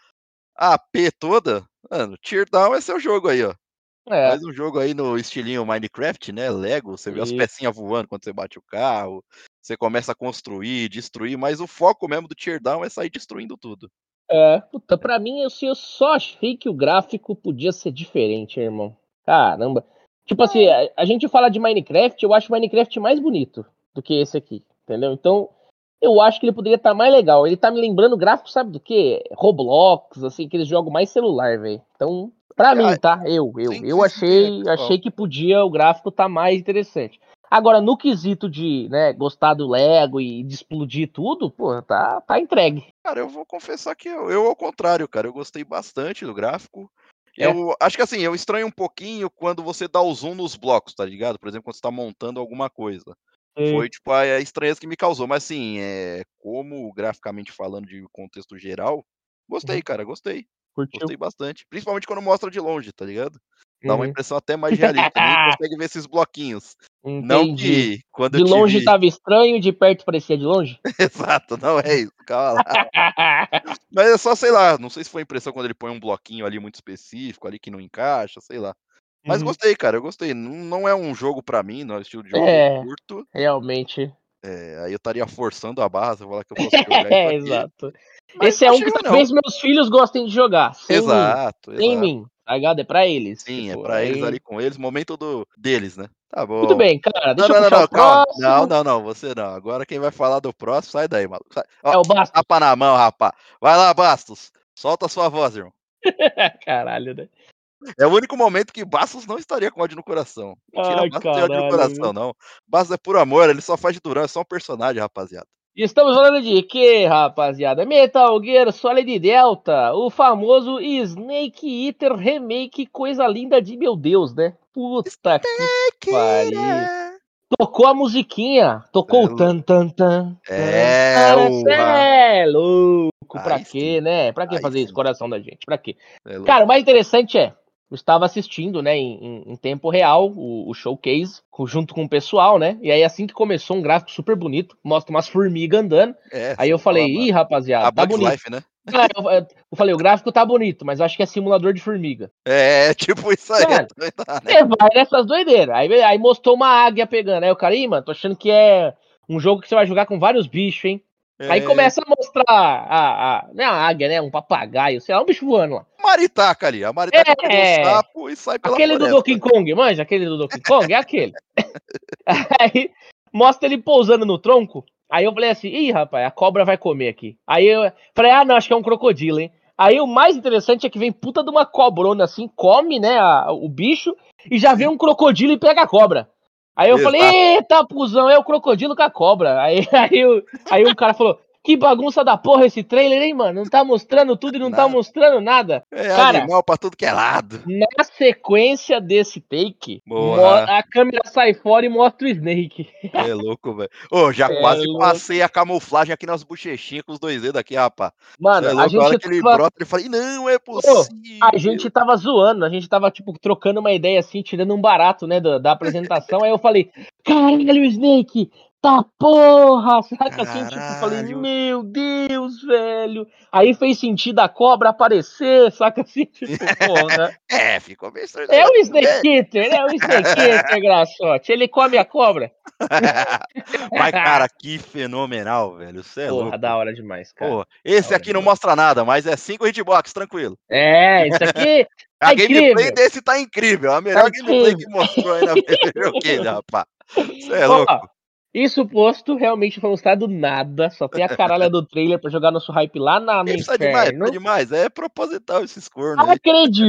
a AP toda, mano, Tear Down é seu jogo aí, ó. É. Faz um jogo aí no estilinho Minecraft, né? Lego, você vê as E, pecinhas voando quando você bate o carro, você começa a construir, destruir, mas o foco mesmo do Tear Down é sair destruindo tudo. puta, pra mim, eu só achei que o gráfico podia ser diferente, irmão. Caramba. Tipo assim, a gente fala de Minecraft, eu acho o Minecraft mais bonito do que esse aqui, entendeu? Então, eu acho que ele poderia estar mais legal. Ele tá me lembrando gráfico, sabe do quê? Roblox, assim, aqueles jogos mais celular, velho. Então, pra Ah, mim, tá? sim, Eu sim, sim, sim, é pessoal. achei que podia o gráfico tá mais interessante. Agora, no quesito de, né, gostar do Lego e de explodir tudo, pô, tá entregue. Cara, eu vou confessar que eu ao contrário, cara, eu gostei bastante do gráfico. É. Eu acho que assim, eu estranho um pouquinho quando você dá o zoom nos blocos, tá ligado? Por exemplo, quando você tá montando alguma coisa. Foi tipo a estranheza que me causou, mas assim, como graficamente falando de contexto geral, gostei, Uhum. cara, gostei. Curtiu? Gostei bastante. Principalmente quando mostra de longe, tá ligado? Dá uma Uhum. impressão até mais realista, nem consegue ver esses bloquinhos. Não Entendi. que quando eu De longe tive tava estranho, de perto parecia de longe? exato, não é isso, calma lá. Mas é só, sei lá, não sei se foi impressão quando ele põe um bloquinho ali muito específico, ali que não encaixa, sei lá. Mas Uhum. gostei, cara, eu gostei. Não é um jogo pra mim, não é o estilo de jogo que eu É, curto. realmente. Aí eu estaria forçando a barra se eu falar que eu fosse jogar isso aqui, Exato. mas Esse não é um achei que ruim não. talvez meus filhos gostem de jogar, sem mim. Exato, Sem exato. mim, tá ligado? É pra eles. Sim, é Tipo, pra eles ali aí. com eles, momento deles, né. Tá Muito bom. bem, cara. Não, Deixa eu não, não, puxar o não, calma. Não, próximo. não, não, você não. Agora quem vai falar do próximo, sai daí, maluco. Sai. Ó, É o Bastos. tapa na mão, rapá. Vai lá, Bastos. Solta a sua voz, irmão. Caralho, né? É o único momento que Bastos não estaria com ódio no coração. Mentira, Ai, Bastos não tem ódio no caralho, coração, velho. não. Bastos é puro amor, ele só faz de durão, é só um personagem, rapaziada. Estamos falando de quê, rapaziada? Metal Gear Solid Delta, o famoso Snake Eater Remake, coisa linda de meu Deus, né? Puta que pariu. Tequila. Tocou a musiquinha, tocou o tan tan tan tan. Cara, cê Urra. é louco, pra Aí quê, sim, né? Pra que aí fazer isso, sim. coração da gente? Pra quê? É Cara, o louco. mais interessante eu estava assistindo, né, em tempo real, o showcase, junto com o pessoal, né? E aí, assim que começou, um gráfico super bonito, mostra umas formigas andando. Aí Você eu fala, falei, ih, mano. rapaziada, A tá Bugs bonito. Life, né? Eu falei, o gráfico tá bonito, mas eu acho que é simulador de formiga. Tipo isso aí, eu Mano, também tá, né? você vai nessas doideiras. Aí mostrou uma águia pegando. Aí o cara, ih, mano, tô achando que é um jogo que você vai jogar com vários bichos, hein? Aí É. começa a mostrar não é a águia, né? Um papagaio, sei lá, um bicho voando lá. Maritaca ali. A Maritaca pegou o É, sapo e sai pela aquele do floresta. Donkey Kong, manja? Aquele do Donkey Kong? É aquele. Aí mostra ele pousando no tronco. Aí eu falei assim, ih, rapaz, a cobra vai comer aqui. Aí eu falei, não, acho que é um crocodilo, hein? Aí o mais interessante é que vem puta de uma cobrona assim, come, né, o bicho, e já vem Sim, um crocodilo e pega a cobra. Aí eu falei, exato. eita, puzão, é o crocodilo com a cobra. Aí um cara falou, que bagunça da porra esse trailer, hein, mano? Não tá mostrando tudo e não tá Nada. mostrando nada. É Cara, animal pra tudo que é lado. na sequência desse take, Porra. a câmera sai fora e mostra o Snake. É louco, velho. Ô, já É quase louco. passei a camuflagem aqui nas bochechinhas com os dois dedos aqui, rapaz. Você Mano, é a louco, a hora gente que ele tava. brota, ele fala, "Ih, não é Ô, a gente possível." tava zoando, a gente tava, tipo, trocando uma ideia assim, tirando um barato, né, da apresentação. Aí eu falei, caralho, Snake, tá porra! Saca assim, tipo, falei, Caralho. meu Deus, Deus, velho. Aí fez sentido a cobra aparecer, saca assim? Tipo, porra. Ficou bem estranho. É o Snake Eater, é o Snake Eater, Graçote. Ele come a cobra. Mas, cara, que fenomenal, velho. Você é Porra, louco. da hora demais, cara. Porra, Da esse hora aqui não demais. mostra nada, mas é 5 hitbox, tranquilo. Isso aqui A tá gameplay incrível. desse tá incrível. A Tá melhor gameplay que incrível. mostrou aí na videogame, rapaz. Você é louco. Ó, isso posto realmente foi mostrado nada. Só tem a caralha do trailer pra jogar nosso hype lá no Quem precisa de mais? Precisa inferno. de mais. É proposital esses cornos aí.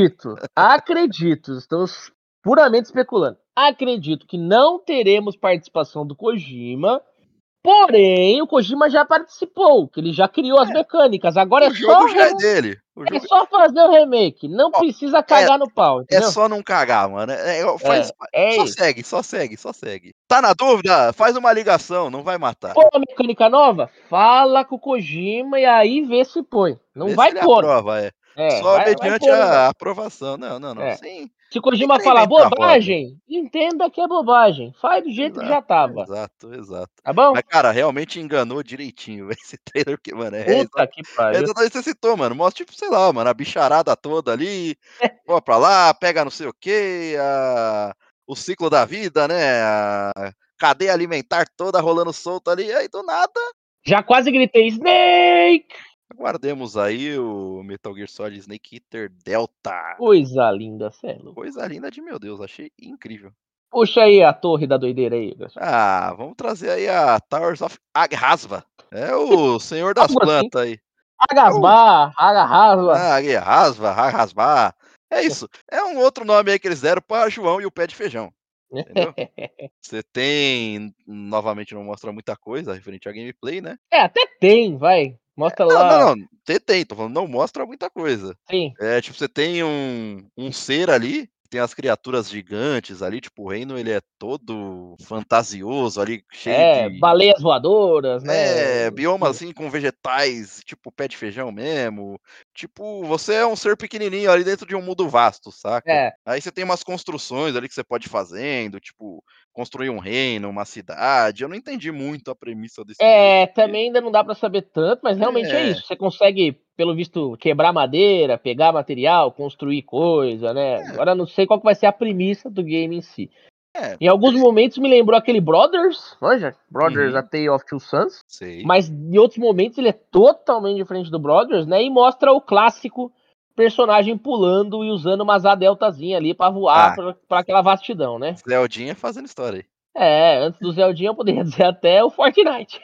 Acredito, estamos puramente especulando. Acredito que não teremos participação do Kojima, porém o Kojima já participou, que ele já criou as mecânicas. Agora O jogo já é dele. O é jogo... só fazer o remake, não Ó, precisa é, cagar no pau, é entendeu? só não cagar, mano. É Só isso. segue, só segue, só segue. Tá na dúvida? Faz uma ligação, não vai matar. Pô, a mecânica nova? Fala com o Kojima e aí vê se põe. Não Vê se vai ele pondo. aprova, é. Só Vai mediante pondo não. a aprovação. Não. É. Sem, Se o sem Kojima querer falar inventar a roda. bobagem, entenda que é bobagem. Faz do jeito que Exato, já tava. exato. Tá bom? Mas, cara, realmente enganou direitinho, velho, esse trailer, porque, mano, Puta que é pariu. exatamente o que você citou, mano. Mostra, tipo, sei lá, mano, a bicharada toda ali, pô, pra lá, pega não sei o quê, o ciclo da vida, né? A cadeia alimentar toda rolando solta ali, e aí do nada, Já quase gritei Snake! aguardemos aí o Metal Gear Solid Snake Eater Delta. Coisa linda, cê é louco. Coisa linda de meu Deus, achei incrível. Puxa aí a torre da doideira aí, pessoal. Vamos trazer aí a Towers of Aghasba. É o senhor das Algo assim. plantas aí. É o Agasbar, agarrasba. Aghasba, Aghasba. É isso. É um outro nome aí que eles deram para João e o pé de feijão. Entendeu? Você tem. Novamente não mostra muita coisa referente à gameplay, né? Até tem, vai. Mostra lá. Não. Tem, tô falando, não mostra muita coisa. Sim. É, tipo, você tem um ser ali, tem as criaturas gigantes ali, tipo, o reino ele é todo fantasioso ali, cheio de Baleias voadoras, né? bioma assim com vegetais, tipo pé de feijão mesmo. Tipo, você é um ser pequenininho ali dentro de um mundo vasto, saca? É, Aí você tem umas construções ali que você pode ir fazendo, tipo, construir um reino, uma cidade. Eu não entendi muito a premissa desse jogo aqui. também ainda não dá pra saber tanto, mas realmente é É, isso. Você consegue, pelo visto, quebrar madeira, pegar material, construir coisa, né? é, Agora eu não sei qual que vai ser a premissa do game em si. é. Em alguns momentos me lembrou aquele Brothers, manja? Brothers, A Uhum, Tale of Two Sons. sei. Mas em outros momentos ele é totalmente diferente do Brothers, né? E mostra o clássico personagem pulando e usando uma asa deltazinha ali pra voar Ah, pra aquela vastidão, né? Zeldinha fazendo história aí. Antes do Zeldinha eu poderia dizer até o Fortnite.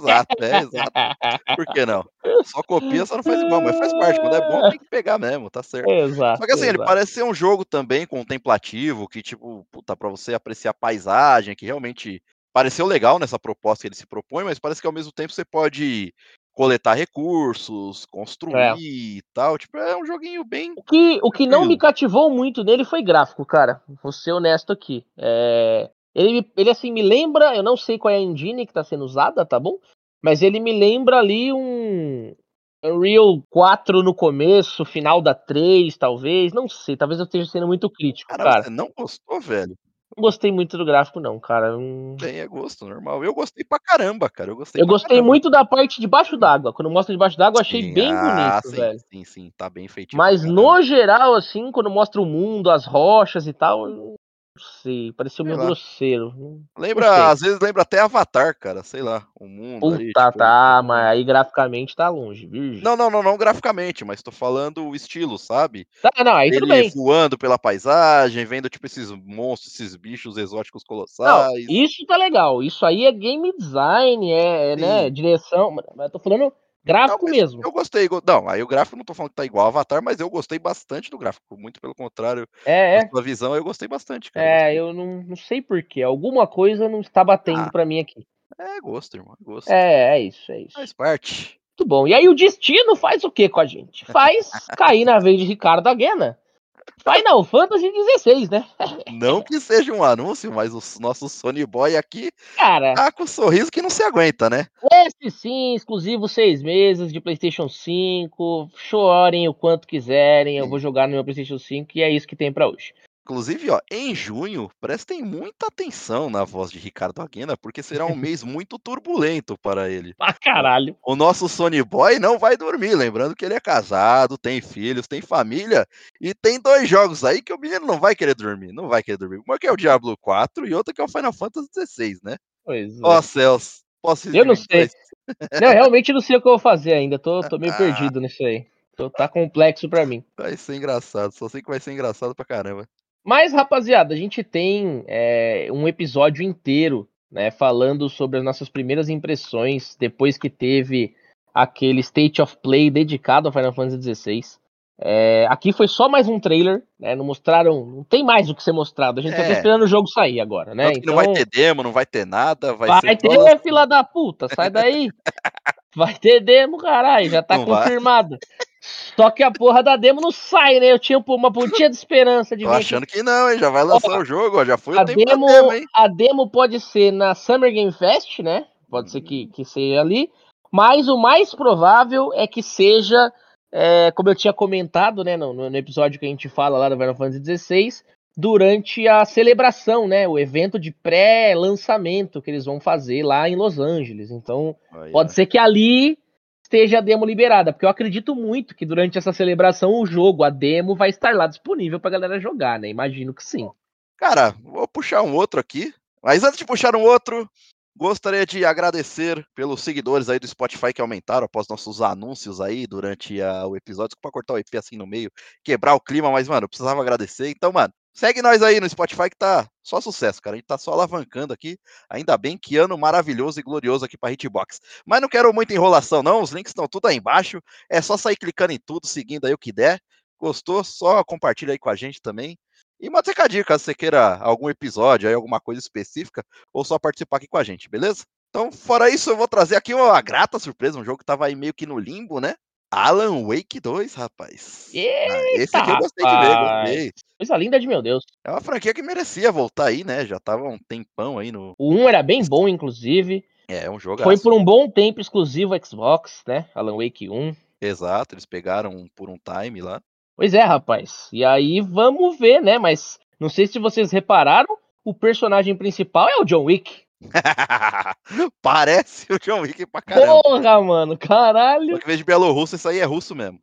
Exato. Por que não? Só copia, só não faz igual, mas faz parte. Quando é bom, tem que pegar mesmo, tá certo. Só que Exato, assim, ele exato. parece ser um jogo também contemplativo, que tipo, puta, pra você apreciar a paisagem, que realmente pareceu legal nessa proposta que ele se propõe, mas parece que ao mesmo tempo você pode coletar recursos, É. construir e tal. Tipo, é um joguinho bem O que não me tranquilo. cativou muito nele foi gráfico, cara. Vou ser honesto aqui. Ele assim me lembra, eu não sei qual é a engine que tá sendo usada, tá bom? Mas ele me lembra ali um Unreal 4 no começo, final da 3, talvez. Não sei, talvez eu esteja sendo muito crítico, Cara, cara. você não gostou, velho? Não gostei muito do gráfico, não, cara. Tem, é gosto normal. Eu gostei pra caramba, cara. Eu gostei Eu pra gostei caramba. muito da parte debaixo d'água. Quando mostra debaixo d'água, eu achei Sim, bem bonito, velho. sim, tá bem feitinho pra Mas caramba. no geral, assim, quando mostra o mundo, as rochas e tal, eu não sei, pareceu Sei meio lá. grosseiro. Não Lembra, sei. às vezes lembra até Avatar, cara, sei lá, o mundo ali, Puta, tipo, ele tem tá, mas aí graficamente tá longe, virgem. não graficamente, mas tô falando o estilo, sabe? Tá, não, aí tudo Ele bem. voando pela paisagem, vendo, tipo, esses monstros, esses bichos exóticos Não, colossais. isso tá legal. Isso aí é game design, né, Sim. direção, mas eu tô falando Não, gráfico mas mesmo. eu gostei. Não, aí o gráfico não tô falando que tá igual ao Avatar, mas eu gostei bastante do gráfico. Muito pelo contrário É, da é. sua visão, eu gostei bastante, cara. Eu gostei. Eu não sei por quê. Alguma coisa não está batendo Ah, pra mim aqui. é gosto, irmão, é gosto. É isso, é Faz isso. parte. Muito bom. E aí o destino faz o que com a gente? Faz cair na vez de Ricardo Aguena. Final Fantasy XVI, né? Não que seja um anúncio, mas o nosso Sony Boy aqui Cara, tá com um sorriso que não se aguenta, né? esse sim, exclusivo 6 meses de PlayStation 5. Chorem o quanto quiserem, eu vou Sim. jogar no meu PlayStation 5 e é isso que tem pra hoje. Inclusive, ó, em junho, prestem muita atenção na voz de Ricardo Aguena, porque será um mês muito turbulento para ele. Pra caralho. O nosso Sony Boy não vai dormir, lembrando que ele é casado, tem filhos, tem família e tem 2 jogos aí que o menino não vai querer dormir, não vai querer dormir. Uma que é o Diablo 4 e outra que é o Final Fantasy XVI, né? Pois Ó é. céus, posso Eu não dividir sei. dois? Não, realmente não sei o que eu vou fazer ainda. Tô meio perdido nisso aí. Tá complexo pra mim. Vai ser engraçado, só sei que vai ser engraçado pra caramba. Mas, rapaziada, a gente tem um episódio inteiro, né, falando sobre as nossas primeiras impressões depois que teve aquele State of Play dedicado ao Final Fantasy XVI. Aqui foi só mais um trailer, né? Não mostraram, não tem mais o que ser mostrado. A gente só tá É, esperando o jogo sair agora, né? tanto que não vai Então, ter demo, não vai ter nada, vai ser vai só ter, fila da puta, sai daí. Vai ter demo, caralho, já tá não vai. confirmado. Só que a porra da demo não sai, né? Eu tinha uma pontinha de esperança de Tô vir aqui. achando que não, hein, já vai Ó, lançar o jogo, ó, já foi o A tempo da demo, demo, hein. a demo pode ser na Summer Game Fest, né? Pode ser Hum, que seja ali. Mas o mais provável é que seja, como eu tinha comentado, né, no episódio que a gente fala lá do Final Fantasy XVI, durante a celebração, né? O evento de pré-lançamento que eles vão fazer lá em Los Angeles. Então, aí, pode ó. ser que ali esteja a demo liberada, porque eu acredito muito que durante essa celebração o jogo, a demo, vai estar lá disponível pra galera jogar, né? Imagino que sim. Cara, vou puxar um outro aqui, mas antes de puxar um outro, gostaria de agradecer pelos seguidores aí do Spotify que aumentaram após nossos anúncios aí durante o episódio. Desculpa cortar o EP assim no meio, quebrar o clima, mas, mano, eu precisava agradecer. Então, mano, segue nós aí no Spotify que tá só sucesso, cara. A gente tá só alavancando aqui. Ainda bem que ano maravilhoso e glorioso aqui pra Hitbox. Mas não quero muita enrolação, não. Os links estão tudo aí embaixo. É só sair clicando em tudo, seguindo aí o que der. Gostou? Só compartilha aí com a gente também. E manda recadinho, caso você queira algum episódio, aí, alguma coisa específica, ou só participar aqui com a gente, beleza? Então, fora isso, eu vou trazer aqui uma grata surpresa, um jogo que tava aí meio que no limbo, né? Alan Wake 2, rapaz. Esse Eita, aqui eu gostei de ver, rapaz! gostei. Coisa linda de meu Deus. É uma franquia que merecia voltar aí, né? Já tava um tempão aí no. O 1 era bem bom, inclusive. É um Foi jogaço. por um bom tempo exclusivo Xbox, né? Alan Wake 1. Exato, eles pegaram por um time lá. Pois é, rapaz. E aí vamos ver, né? Mas não sei se vocês repararam, o personagem principal é o John Wick. Parece o John Wick pra caramba. Porra, mano, Só caralho. que em vez de Bielorrusso, isso aí é russo mesmo.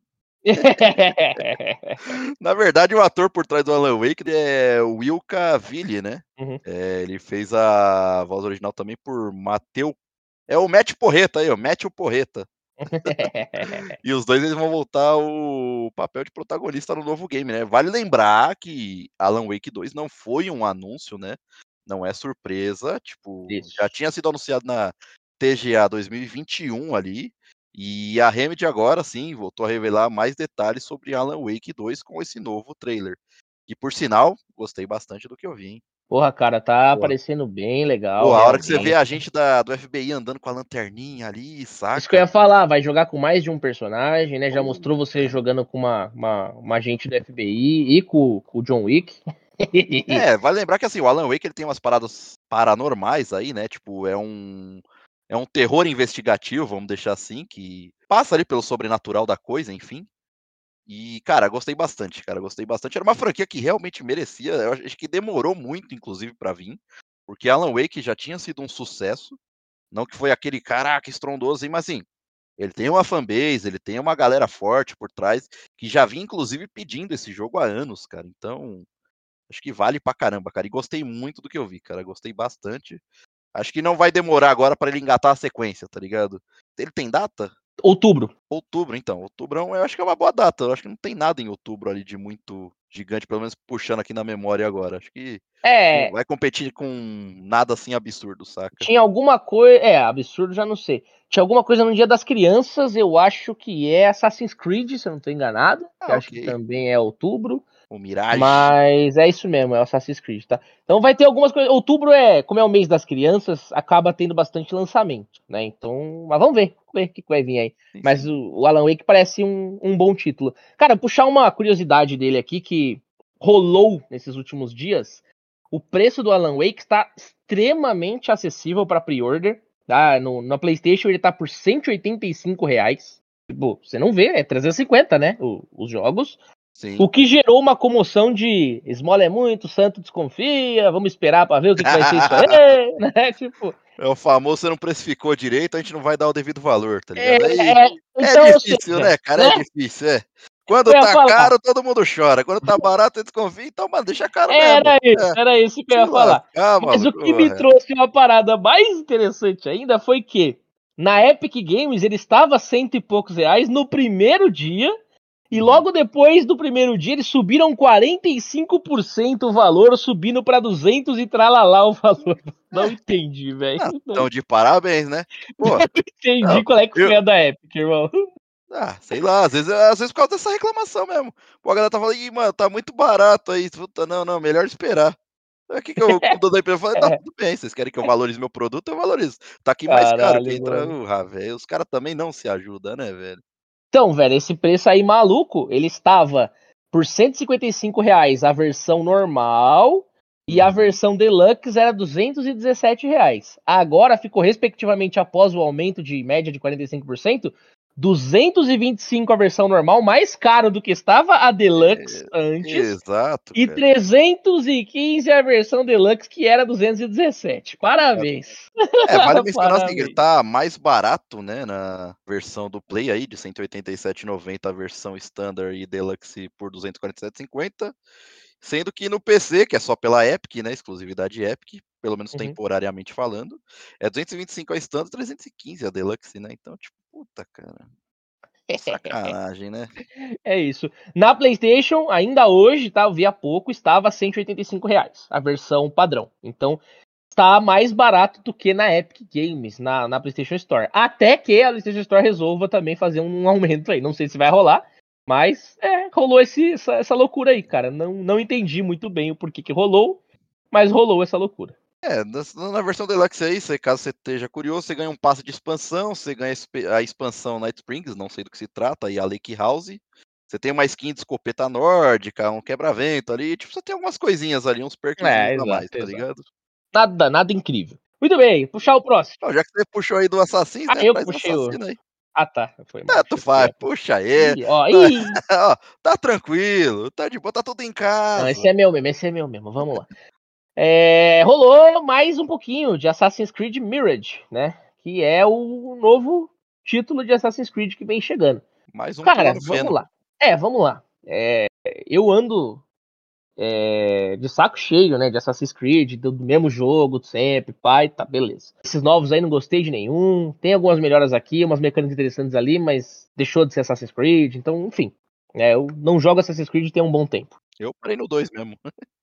Na verdade, o ator por trás do Alan Wake é o Will Cavilli, né? Uhum. Ele fez a voz original também por Mateu. É o Matt Porreta aí, ó. Matt o Porreta. E os dois eles vão voltar o papel de protagonista no novo game, né? Vale lembrar que Alan Wake 2 não foi um anúncio, né? Não é surpresa. Tipo, já Isso. tinha sido anunciado na TGA 2021 ali. E a Remedy agora sim voltou a revelar mais detalhes sobre Alan Wake 2 com esse novo trailer. E por sinal, gostei bastante do que eu vi, hein? Porra, cara, tá Pô, aparecendo bem legal, pô, a hora que você vê realmente. a gente do FBI andando com a lanterninha ali, Isso que eu saca? ia falar, vai jogar com mais de um personagem, né? Já mostrou você Puta. jogando com uma agente do FBI e com o John Wick. É, vale lembrar que assim, o Alan Wake ele tem umas paradas paranormais aí, né? Tipo, é um terror investigativo, vamos deixar assim, que passa ali pelo sobrenatural da coisa, enfim. E, cara, gostei bastante, cara, gostei bastante. Era uma franquia que realmente merecia, eu acho que demorou muito, inclusive, pra vir, porque Alan Wake já tinha sido um sucesso, não que foi aquele caraca estrondoso, hein, mas assim, ele tem uma fanbase, ele tem uma galera forte por trás, que já vinha, inclusive, pedindo esse jogo há anos, cara. Então, acho que vale pra caramba, cara. E gostei muito do que eu vi, cara. Gostei bastante. Acho que não vai demorar agora pra ele engatar a sequência, tá ligado? Ele tem data? Outubro. Outubro, então. Outubrão eu acho que é uma boa data. Eu acho que não tem nada em outubro ali de muito gigante, pelo menos puxando aqui na memória agora. Acho que não É, vai competir com nada assim absurdo, saca? tinha alguma coisa. Absurdo, já não sei. Tinha alguma coisa no Dia das Crianças, eu acho que é Assassin's Creed, se eu não tô enganado. Que Ah, acho que ok. também é outubro. O Mirage. Mas é isso mesmo, é o Assassin's Creed, tá? Então vai ter algumas coisas. Outubro como é o mês das crianças, acaba tendo bastante lançamento, né? Então, mas vamos ver o que vai vir aí. Sim, Mas sim. o Alan Wake parece um bom título. Cara, puxar uma curiosidade dele aqui que rolou nesses últimos dias. O preço do Alan Wake está extremamente acessível para pre-order. Tá? Na PlayStation ele tá por R$ 185. Tipo, você não vê, é 350, né? Os jogos. Sim. O que gerou uma comoção de esmola é muito, santo desconfia, vamos esperar pra ver o que vai ser isso aí, né? Tipo, É o famoso, você não precificou direito, a gente não vai dar o devido valor, tá é, ligado? Aí é então, ou difícil, seja, né, cara? É né? difícil, é. Quando Eu ia tá falar. caro, todo mundo chora. Quando tá barato, eles desconfiam. Então, mano, deixa caro mesmo. É, Era isso que eu se ia falar. lascar, Mas o maluco. que me trouxe uma parada mais interessante ainda foi que na Epic Games ele estava cento e poucos reais no primeiro dia. E logo depois do primeiro dia, eles subiram 45% o valor, subindo para 200 e tralalá o valor. Não É, entendi, velho. Não então de parabéns, né? Pô, entendi não, qual é que eu, foi a da Epic, irmão. sei lá, às vezes por causa dessa reclamação mesmo. Pô, a galera tá falando, ih, mano, tá muito barato aí. Puta, não, melhor esperar. Aqui que eu, com toda a empresa, falei, tá tudo bem, vocês querem que eu valorize meu produto, eu valorizo. Tá aqui mais caro, que Caralho, entra, mano. velho, os caras também não se ajudam, né, velho? Então, velho, esse preço aí maluco, ele estava por R$ 155 a versão normal e a Uhum. versão deluxe era R$ 217. Agora ficou, respectivamente, após o aumento de média de 45%, 225 a versão normal, mais caro do que estava a deluxe antes, Exato, e cara. 315 a versão deluxe, que era 217. Parabéns. Vale mencionar assim, que ele Parabéns. tá mais barato, né, na versão do Play aí, de 187,90, a versão Standard e Deluxe por 247,50, sendo que no PC, que é só pela Epic, né, exclusividade Epic, pelo menos Uhum. temporariamente falando, é 225 a Standard, 315 a Deluxe, né, então, tipo, puta, cara, sacanagem, né? É isso. Na PlayStation, ainda hoje, tá? Eu vi há pouco, estava R$ 185, a versão padrão. Então, está mais barato do que na Epic Games, na PlayStation Store. Até que a PlayStation Store resolva também fazer um aumento aí. Não sei se vai rolar, mas rolou essa loucura aí, cara. Não entendi muito bem o porquê que rolou, mas rolou essa loucura. Na versão Deluxe aí, caso você esteja curioso, você ganha um passe de expansão, você ganha a expansão Night Springs, não sei do que se trata, e a Lake House. Você tem uma skin de escopeta nórdica, um quebra-vento ali, tipo, você tem algumas coisinhas ali, uns perkzinhos a mais, Exato, tá exato. ligado? Nada incrível. Muito bem, puxar o próximo. Ó, já que você puxou aí do Assassins, Ah, né, eu que traz o puxei o. Assassino aí. Ah, tá. Foi mal. Tanto Achei que você faz, ia. puxa aí. Ih, ó, Não, ih! ó, tá tranquilo, tá de boa, tá tudo em Não, esse casa. é meu mesmo, esse é meu mesmo. Vamos lá. Rolou mais um pouquinho de Assassin's Creed Mirage, né? Que é o novo título de Assassin's Creed que vem chegando. Mais um Cara, pulando vamos feno. lá. Vamos lá. Eu ando de saco cheio, né? De Assassin's Creed, do mesmo jogo, sempre, pai, tá, beleza. Esses novos aí não gostei de nenhum. Tem algumas melhoras aqui, umas mecânicas interessantes ali, mas deixou de ser Assassin's Creed, então, enfim. Eu não jogo Assassin's Creed tem um bom tempo. Eu parei no 2 mesmo.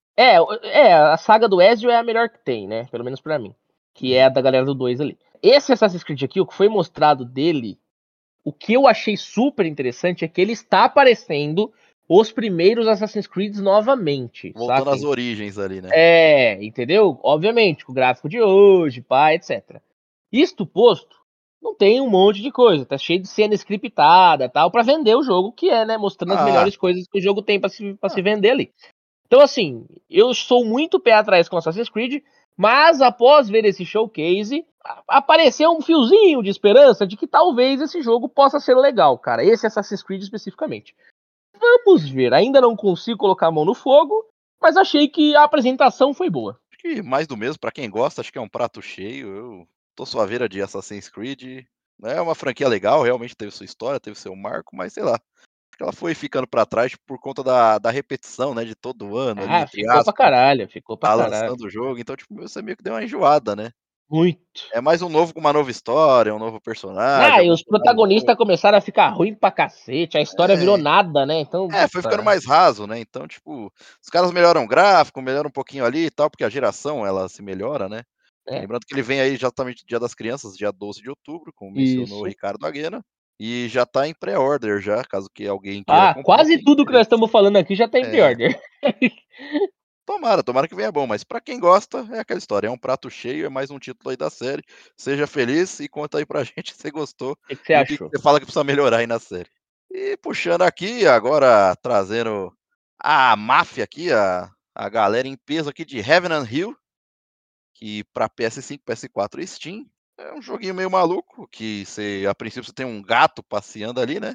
A saga do Ezio é a melhor que tem, né? Pelo menos pra mim. Que é a Uhum. da galera do 2 ali. Esse Assassin's Creed aqui, o que foi mostrado dele, o que eu achei super interessante é que ele está aparecendo os primeiros Assassin's Creed novamente, Voltando saca? às origens ali, né? Entendeu? Obviamente, com o gráfico de hoje, pá, etc. Isto posto, não tem um monte de coisa, tá cheio de cena scriptada, tal, pra vender o jogo, que é, né, mostrando as Ah, melhores coisas que o jogo tem pra se vender ali. Então, assim, eu sou muito pé atrás com Assassin's Creed, mas após ver esse showcase, apareceu um fiozinho de esperança de que talvez esse jogo possa ser legal, cara. Esse Assassin's Creed especificamente. Vamos ver, ainda não consigo colocar a mão no fogo, mas achei que a apresentação foi boa. acho que mais do mesmo, pra quem gosta, acho que é um prato cheio. Eu tô suaveira de Assassin's Creed. É uma franquia legal, realmente teve sua história, teve seu marco, mas sei lá. Acho que ela foi ficando pra trás por conta da repetição, né? De todo ano ali, Ah, entre ficou pra aspas, caralho, ficou pra tá caralho. lançando o jogo. Então, tipo, você meio que deu uma enjoada, né? Muito. É mais um novo com uma nova história, um novo personagem, Ah, e algum os cenário protagonistas novo. começaram a ficar ruim pra cacete, a história virou É, nada, né? Então, foi ficando puta. mais raso, né? Então, tipo, os caras melhoram o gráfico, melhoram um pouquinho ali e tal, porque a geração ela se melhora, né? É, Lembrando que ele vem aí exatamente Dia das Crianças, dia 12 de outubro, como mencionou o isso. Ricardo Aguena, e já tá em pré-order já, caso que alguém queira Ah, comprar, quase tem tudo que nós interesse. estamos falando aqui já tá em É, pre-order. tomara que venha bom, mas pra quem gosta, é aquela história, é um prato cheio, é mais um título aí da série. Seja feliz e conta aí pra gente se você gostou O que que você e o que que achou? você fala que precisa melhorar aí na série. E puxando aqui, agora trazendo a máfia aqui, a galera em peso aqui de Heaven and Hill, que para PS5, PS4 e Steam é um joguinho meio maluco, que você, a princípio você tem um gato passeando ali, né?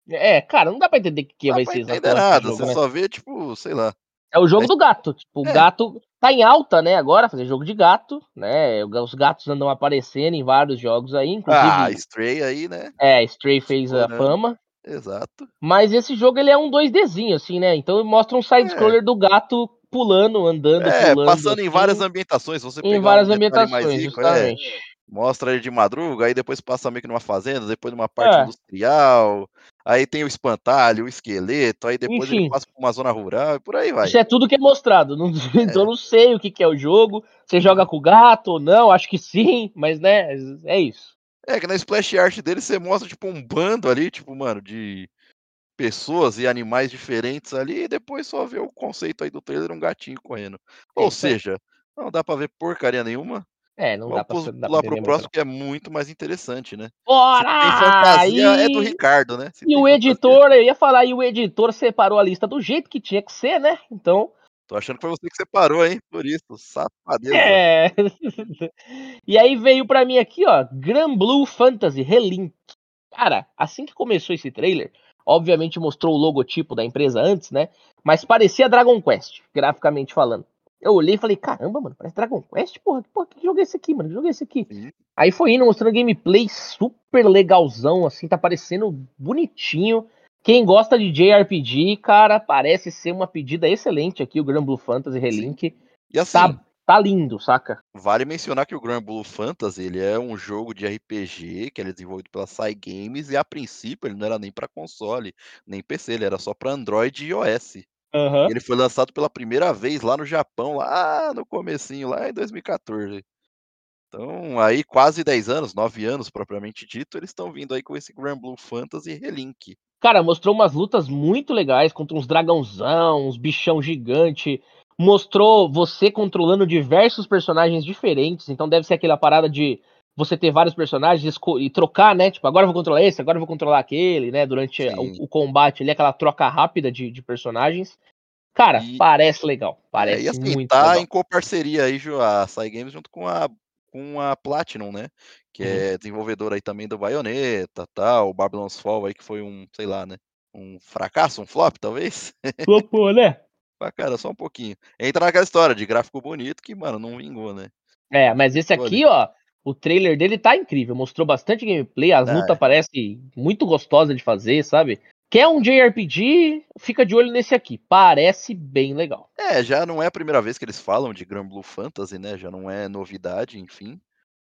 Cara, não dá pra entender o que Não dá vai pra ser entender exatamente esse nada, jogo, você né? só vê, tipo, sei lá. É o jogo Aí, do gato. Tipo, o é. gato tá em alta, né, agora, fazer jogo de gato, né? Os gatos andam aparecendo em vários jogos aí, Ah, inclusive, Stray aí, né? Stray fez a Estourando. fama. Exato. Mas esse jogo ele é um 2Dzinho, assim, né? Então mostra um É. side-scroller do gato pulando, andando, pulando, Passando em várias assim, ambientações, se você em pegar um várias detalhe mais ambientações, rico, justamente. mostra ele de madruga, aí depois passa meio que numa fazenda, depois numa parte É, industrial, aí tem o espantalho, o esqueleto, aí depois ele enfim, passa por uma zona rural e por aí vai. isso é tudo que é mostrado. Não, então É, não sei o que é o jogo. Você joga sim. com o gato ou não? Acho que sim, mas né, é isso. É que na splash art dele você mostra tipo um bando ali, tipo, mano, de pessoas e animais diferentes ali, e depois só vê o conceito aí do trailer, um gatinho correndo. É Ou isso aí. seja, não dá pra ver porcaria nenhuma. Não dá Vamos não dá pra pular para o entender muito, próximo não. que é muito mais interessante, né. Se tem Bora! fantasia é do Ricardo, né, se E tem o fantasia. editor, eu ia falar, e o editor separou a lista do jeito que tinha que ser, né? Então, Tô achando que foi você que separou, hein, por isso, safadeza. é. E aí veio pra mim aqui, ó, Granblue Fantasy Relink. Cara, assim que começou esse trailer, obviamente mostrou o logotipo da empresa antes, né? Mas parecia Dragon Quest, graficamente falando. Eu olhei e falei, caramba, mano, parece Dragon Quest? Porra, que jogo é esse aqui, mano? Que jogo é esse aqui? Sim. Aí foi indo, mostrando gameplay super legalzão, assim, tá parecendo bonitinho. Quem gosta de JRPG, cara, parece ser uma pedida excelente aqui, o Granblue Fantasy Sim. Relink. E assim, Tá lindo, saca? vale mencionar que o Granblue Fantasy, ele é um jogo de RPG que ele é desenvolvido pela Cygames e a princípio ele não era nem para console, nem PC, ele era só para Android e iOS. E Aham. ele foi lançado pela primeira vez lá no Japão, lá no comecinho, lá em 2014. Então, aí quase 10 anos, 9 anos propriamente dito, eles estão vindo aí com esse Granblue Fantasy Relink. Cara, mostrou umas lutas muito legais contra uns dragãozão, uns bichão gigante. Mostrou você controlando diversos personagens diferentes. Então deve ser aquela parada de você ter vários personagens e trocar, né? Tipo, agora eu vou controlar esse, agora eu vou controlar aquele, né? Durante Sim. o combate ali, aquela troca rápida de personagens. Cara, E parece legal. e Parece assim, muito tá em legal. coparceria aí a Cygames junto com a Platinum, né, que Uhum. é desenvolvedora aí também do Bayonetta, tal, o Babylon's Fall aí que foi um, sei lá, né, um fracasso, um flop talvez? Flopou, né? Ah, cara, só um pouquinho. Entra naquela história de gráfico bonito que, mano, não vingou, né. Mas esse Ficou ali. aqui, ó, o trailer dele tá incrível. Mostrou bastante gameplay, as Ah, lutas parecem muito gostosas de fazer, sabe? Quer um JRPG? Fica de olho nesse aqui. Parece bem legal. já não é a primeira vez que eles falam de Granblue Fantasy, né, já não é novidade, enfim.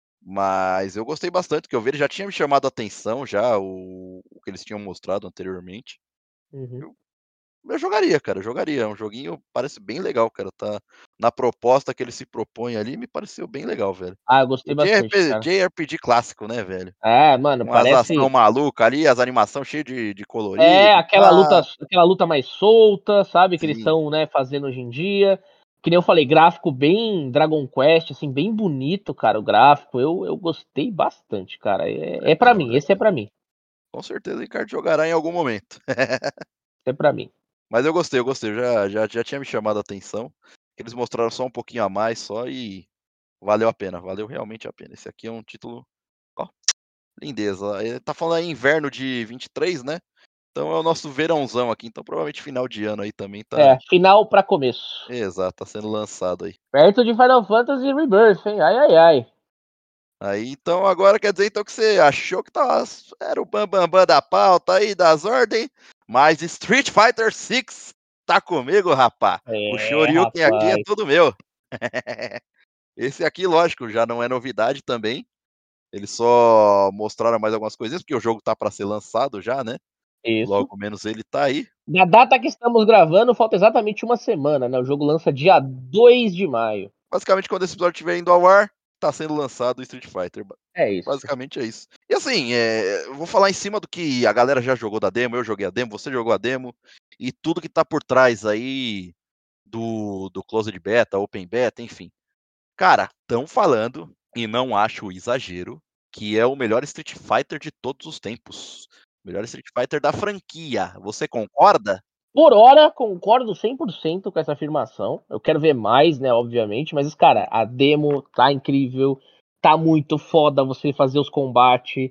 Mas eu gostei bastante, que eu vi, ele já tinha me chamado a atenção já, o que eles tinham mostrado anteriormente. Uhum. Eu eu jogaria, cara, eu jogaria, é um joguinho parece bem legal, cara, tá na proposta que ele se propõe ali, me pareceu bem legal, velho. Ah, eu E gostei bastante, cara. JRPG clássico, né, velho. Mano, Com as ação parece. maluca ali, as animação cheio de colorido, pá. Aquela luta mais solta, sabe? Que eles Sim, estão, né, fazendo hoje em dia. Que nem eu falei, gráfico bem Dragon Quest, assim, bem bonito, cara, o gráfico. Eu gostei bastante, cara. É pra mim, esse é jogaria. pra mim. Com certeza o Ricardo jogará em algum momento. Esse é pra mim. Mas eu gostei, já tinha me chamado a atenção. Eles mostraram só um pouquinho a mais só e valeu a pena, valeu realmente a pena. Esse aqui é um título, ó, lindeza. Tá falando aí inverno de 23, né, então é o nosso verãozão aqui, então provavelmente final de ano aí também tá, Final pra começo. exato, tá sendo lançado aí. Perto de Final Fantasy Rebirth, hein? Ai, ai, ai. Aí, então agora quer dizer então que você achou que era o bambambam da pauta aí, das ordens, mas Street Fighter Six tá comigo, rapá. O Shoryuken aqui é Rapaz. todo meu. Esse aqui, lógico, já não é novidade também. Eles só mostraram mais algumas coisinhas, porque o jogo tá para ser lançado já, né? Isso. Logo menos ele tá aí. Na data que estamos gravando, falta exatamente uma semana, né? O jogo lança dia 2 de maio. Basicamente, quando esse episódio estiver indo ao ar, tá sendo lançado o Street Fighter. É isso. Basicamente é isso. E assim, eu vou falar em cima do que a galera já jogou da demo, eu joguei a demo, você jogou a demo, e tudo que tá por trás aí do Closed Beta, Open Beta, enfim. Cara, estão falando, e não acho exagero, que é o melhor Street Fighter de todos os tempos. Melhor Street Fighter da franquia. Você concorda? Por hora, concordo 100% com essa afirmação. Eu quero ver mais, né, obviamente. Mas, cara, a demo tá incrível. Tá muito foda você fazer os combates.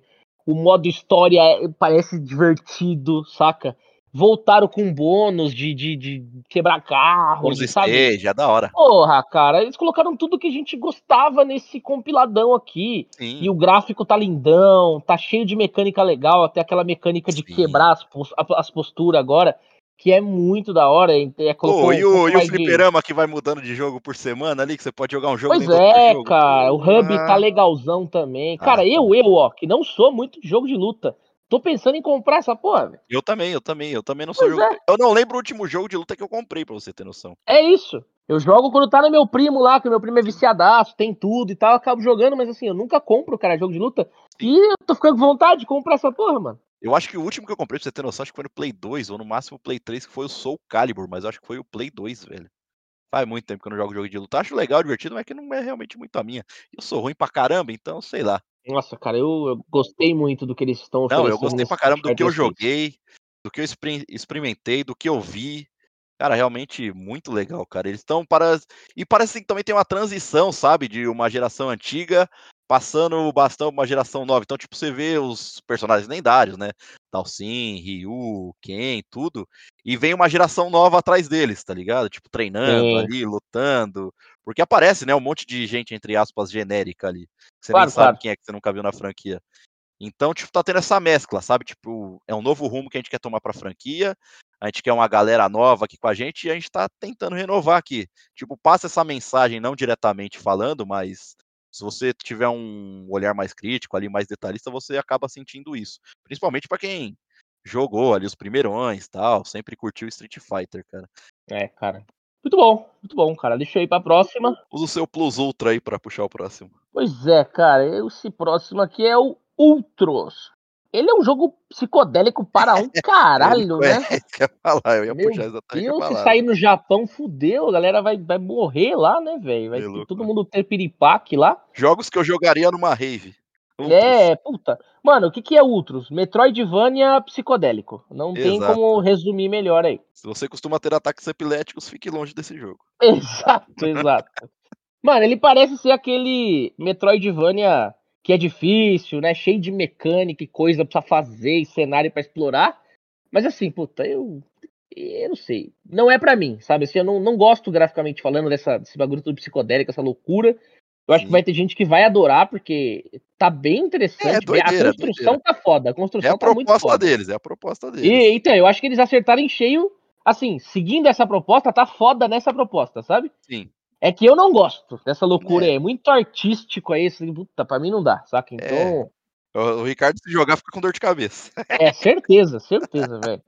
O modo história parece divertido, saca? Voltaram com bônus de quebrar carro, Os sabe? stage, é da hora. Porra, cara, eles colocaram tudo que a gente gostava nesse compiladão aqui. Sim, E o gráfico tá lindão, tá cheio de mecânica legal, até aquela mecânica de sim. quebrar as posturas agora, que é muito da hora. Pô, Colocou um pouco e o mais de. fliperama que vai mudando de jogo por semana ali, que você pode jogar um jogo Pois dentro do outro é, jogo? cara, o hub tá Porra. legalzão também. Ah, Cara, tá. ó, que não sou muito de jogo de luta, tô pensando em comprar essa porra, velho. Eu também não sou Pois jogo. é, Eu não lembro o último jogo de luta que eu comprei, pra você ter noção. é isso. Eu jogo quando tá no meu primo lá, que meu primo é Sim, viciadaço, tem tudo e tal, eu acabo jogando, mas assim, eu nunca compro, cara, jogo de luta. sim. E eu tô ficando com vontade de comprar essa porra, mano. Eu acho que o último que eu comprei, pra você ter noção, acho que foi no Play 2, ou no máximo o Play 3, que foi o Soul Calibur, mas eu acho que foi o Play 2, velho. Faz muito tempo que eu não jogo jogo de luta. Acho legal, divertido, mas que não é realmente muito a minha. Eu sou ruim pra caramba, então sei lá. Nossa, cara, eu gostei muito do que eles estão Não, eu oferecendo gostei nesse pra Street caramba do que eu Fighter 6. joguei, do que eu experimentei, do que eu vi. Cara, realmente muito legal, cara. Eles estão para. E parece que também tem uma transição, sabe? De uma geração antiga passando o bastão pra uma geração nova. Então, tipo, você vê os personagens lendários, né? Dalsin, Ryu, Ken, tudo. E vem uma geração nova atrás deles, tá ligado? Tipo, treinando Sim, ali, lutando. Porque aparece, né? Um monte de gente, entre aspas, genérica ali. Você nem claro, sabe claro. quem é que você nunca viu na franquia. Então, tipo, tá tendo essa mescla, sabe? Tipo, é um novo rumo que a gente quer tomar pra franquia. A gente quer uma galera nova aqui com a gente e a gente tá tentando renovar aqui. Tipo, passa essa mensagem, não diretamente falando, mas se você tiver um olhar mais crítico ali, mais detalhista, você acaba sentindo isso. Principalmente pra quem jogou ali os primeirões e tal, sempre curtiu Street Fighter, cara. É, cara. Muito bom, cara. Deixa eu ir pra próxima. Usa o seu Plus Ultra aí pra puxar o próximo. Pois é, cara, esse próximo aqui é o Ultros. Ele é um jogo psicodélico para um Ele caralho, conhece, né? que ia falar, eu ia Meu puxar exatamente a Deus, se palavra. sair no Japão, fudeu, a galera vai morrer lá, né, velho? Vai É ter todo louco. mundo ter piripaque lá. Jogos que eu jogaria numa rave. Ultros. É, puta. Mano, o que é Ultros? Metroidvania psicodélico. Não tem como Exato. resumir melhor aí. Se você costuma ter ataques epiléticos, fique longe desse jogo. Exato, exato. Mano, ele parece ser aquele Metroidvania que é difícil, né? Cheio de mecânica e coisa pra fazer e cenário pra explorar. Mas assim, puta, eu não sei. Não é pra mim, sabe? Assim, eu não gosto graficamente falando desse bagulho tudo psicodélico, essa loucura. Eu acho que vai Sim. ter gente que vai adorar, porque tá bem É interessante. A doideira, é doideira. construção tá foda, a É a construção tá muito proposta foda. deles, é a proposta E deles. então, eu acho que eles acertaram em cheio, assim, seguindo essa proposta, tá foda nessa proposta, sabe? Sim. É que eu não gosto dessa loucura É, aí. É muito artístico aí, assim, puta, pra mim não dá, saca? é. Então, O Ricardo, se jogar, fica com dor de cabeça. certeza, certeza, velho.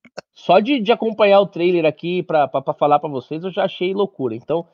Só de acompanhar o trailer aqui pra falar pra vocês, eu já achei loucura. Então,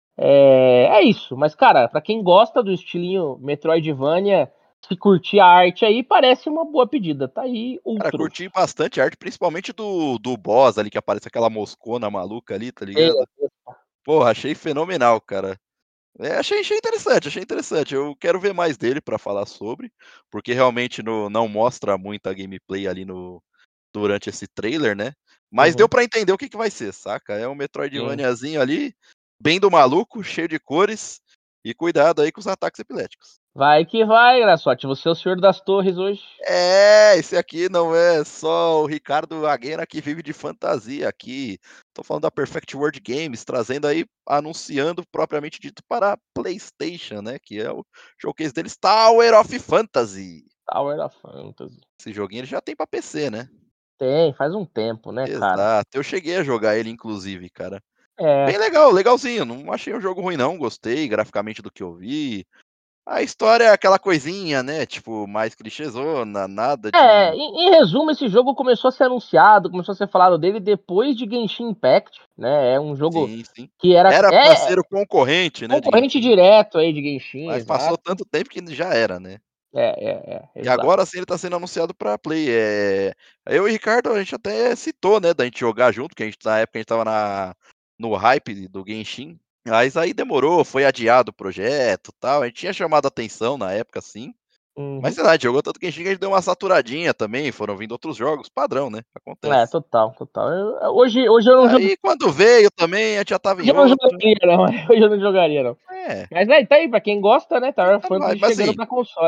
é isso. Mas, cara, pra quem gosta do estilinho Metroidvania, se curtir a arte aí, parece uma boa pedida. Tá aí, Cara, outros. curti bastante a arte, principalmente do boss ali, que aparece aquela moscona maluca ali, tá É, ligado? Porra, achei fenomenal, cara. Achei interessante, achei interessante. Eu quero ver mais dele pra falar sobre, porque realmente não mostra muita gameplay ali durante esse trailer, né? Mas deu uhum, pra entender o que vai ser, saca? É um sim. Metroidvaniazinho ali, bem do maluco, cheio de cores, e cuidado aí com os ataques epiléticos. Vai que vai, Graçote. Você é o senhor das torres hoje. Esse aqui não é só o Ricardo Aguena que vive de fantasia aqui. Tô falando da Perfect World Games, trazendo aí, anunciando propriamente dito para PlayStation, né? Que é o showcase deles, Tower of Fantasy. Tower of Fantasy. Esse joguinho ele já tem para PC, né? Tem, faz um tempo, né, cara? Exato. Eu cheguei a jogar ele, inclusive, cara. É. Bem legal, legalzinho. Não achei um jogo ruim, não. Gostei graficamente do que eu vi. A história é aquela coisinha, né? Tipo, mais clichêzona, nada É, de. em resumo, esse jogo começou a ser anunciado, começou a ser falado dele depois de Genshin Impact, né? É um jogo Sim, sim. que era Era pra ser o concorrente, né, de concorrente Genshin. direto aí de Genshin, Mas passou exato. tanto tempo que já era, né. E Exato. agora sim ele tá sendo anunciado pra Play. Eu e o Ricardo, a gente até citou, né, da gente jogar junto, que na época a gente estava no hype do Genshin, mas aí demorou, foi adiado o projeto, tal. A gente tinha chamado a atenção na época sim, mas Uhum. sei lá, a gente jogou tanto Genshin que a gente deu uma saturadinha também, foram vindo outros jogos, padrão, né, É, acontece. total, total. Hoje eu não jogo, Aí quando veio também, a gente já estava hoje em eu não outro. jogaria, não. Hoje eu não jogaria, não. É, Mas tá aí, pra quem gosta, né? Tower of tá vai, Fantasy mas chegando assim, pra console.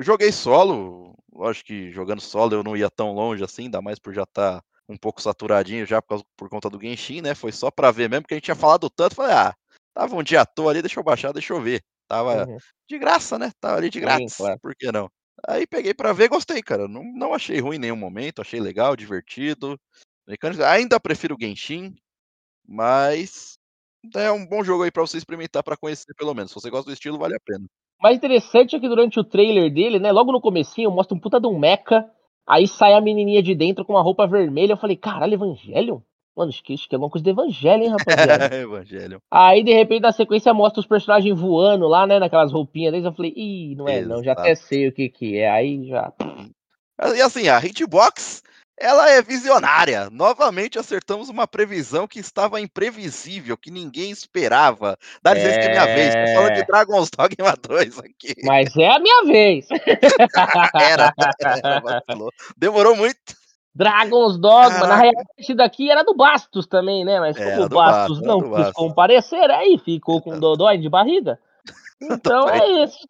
Joguei solo, lógico que jogando solo eu não ia tão longe assim, ainda mais por já estar um pouco saturadinho já por conta do Genshin, né, foi só pra ver mesmo, porque a gente tinha falado tanto, falei: "Ah, tava um dia à toa ali, deixa eu baixar, deixa eu ver". Tava Uhum. de graça, né, tava ali de Sim, grátis, claro. por que não? Aí peguei pra ver, gostei, cara, não achei ruim em nenhum momento, achei legal, divertido, mecânica ainda prefiro o Genshin, mas é um bom jogo aí pra você experimentar, pra conhecer pelo menos, se você gosta do estilo, vale a pena. O mais interessante é que durante o trailer dele, né, logo no comecinho, mostra um puta de um mecha, aí sai a menininha de dentro com uma roupa vermelha, eu falei: "Caralho, Evangelion? Mano, acho que é alguma coisa do Evangelho, hein, rapaziada". Evangelion. Aí, de repente, na sequência, mostra os personagens voando lá, né, naquelas roupinhas deles, eu falei: "Ih, não é não, já até Exato. sei o que que é", aí já Sim. E assim, a Hitbox, ela é visionária. Novamente acertamos uma previsão que estava imprevisível, que ninguém esperava. Dá licença que é minha vez, tô falando de é, Dragon's Dogma 2 aqui. mas é a minha vez. Era, vacilou. Demorou muito. Dragon's Dogma, na real, Caraca. esse daqui era do Bastos também, né, mas como o Era do Vasco, Bastos era não do quis Vasco. comparecer, aí ficou com Exato. dodói de barriga, então Totalmente. é isso.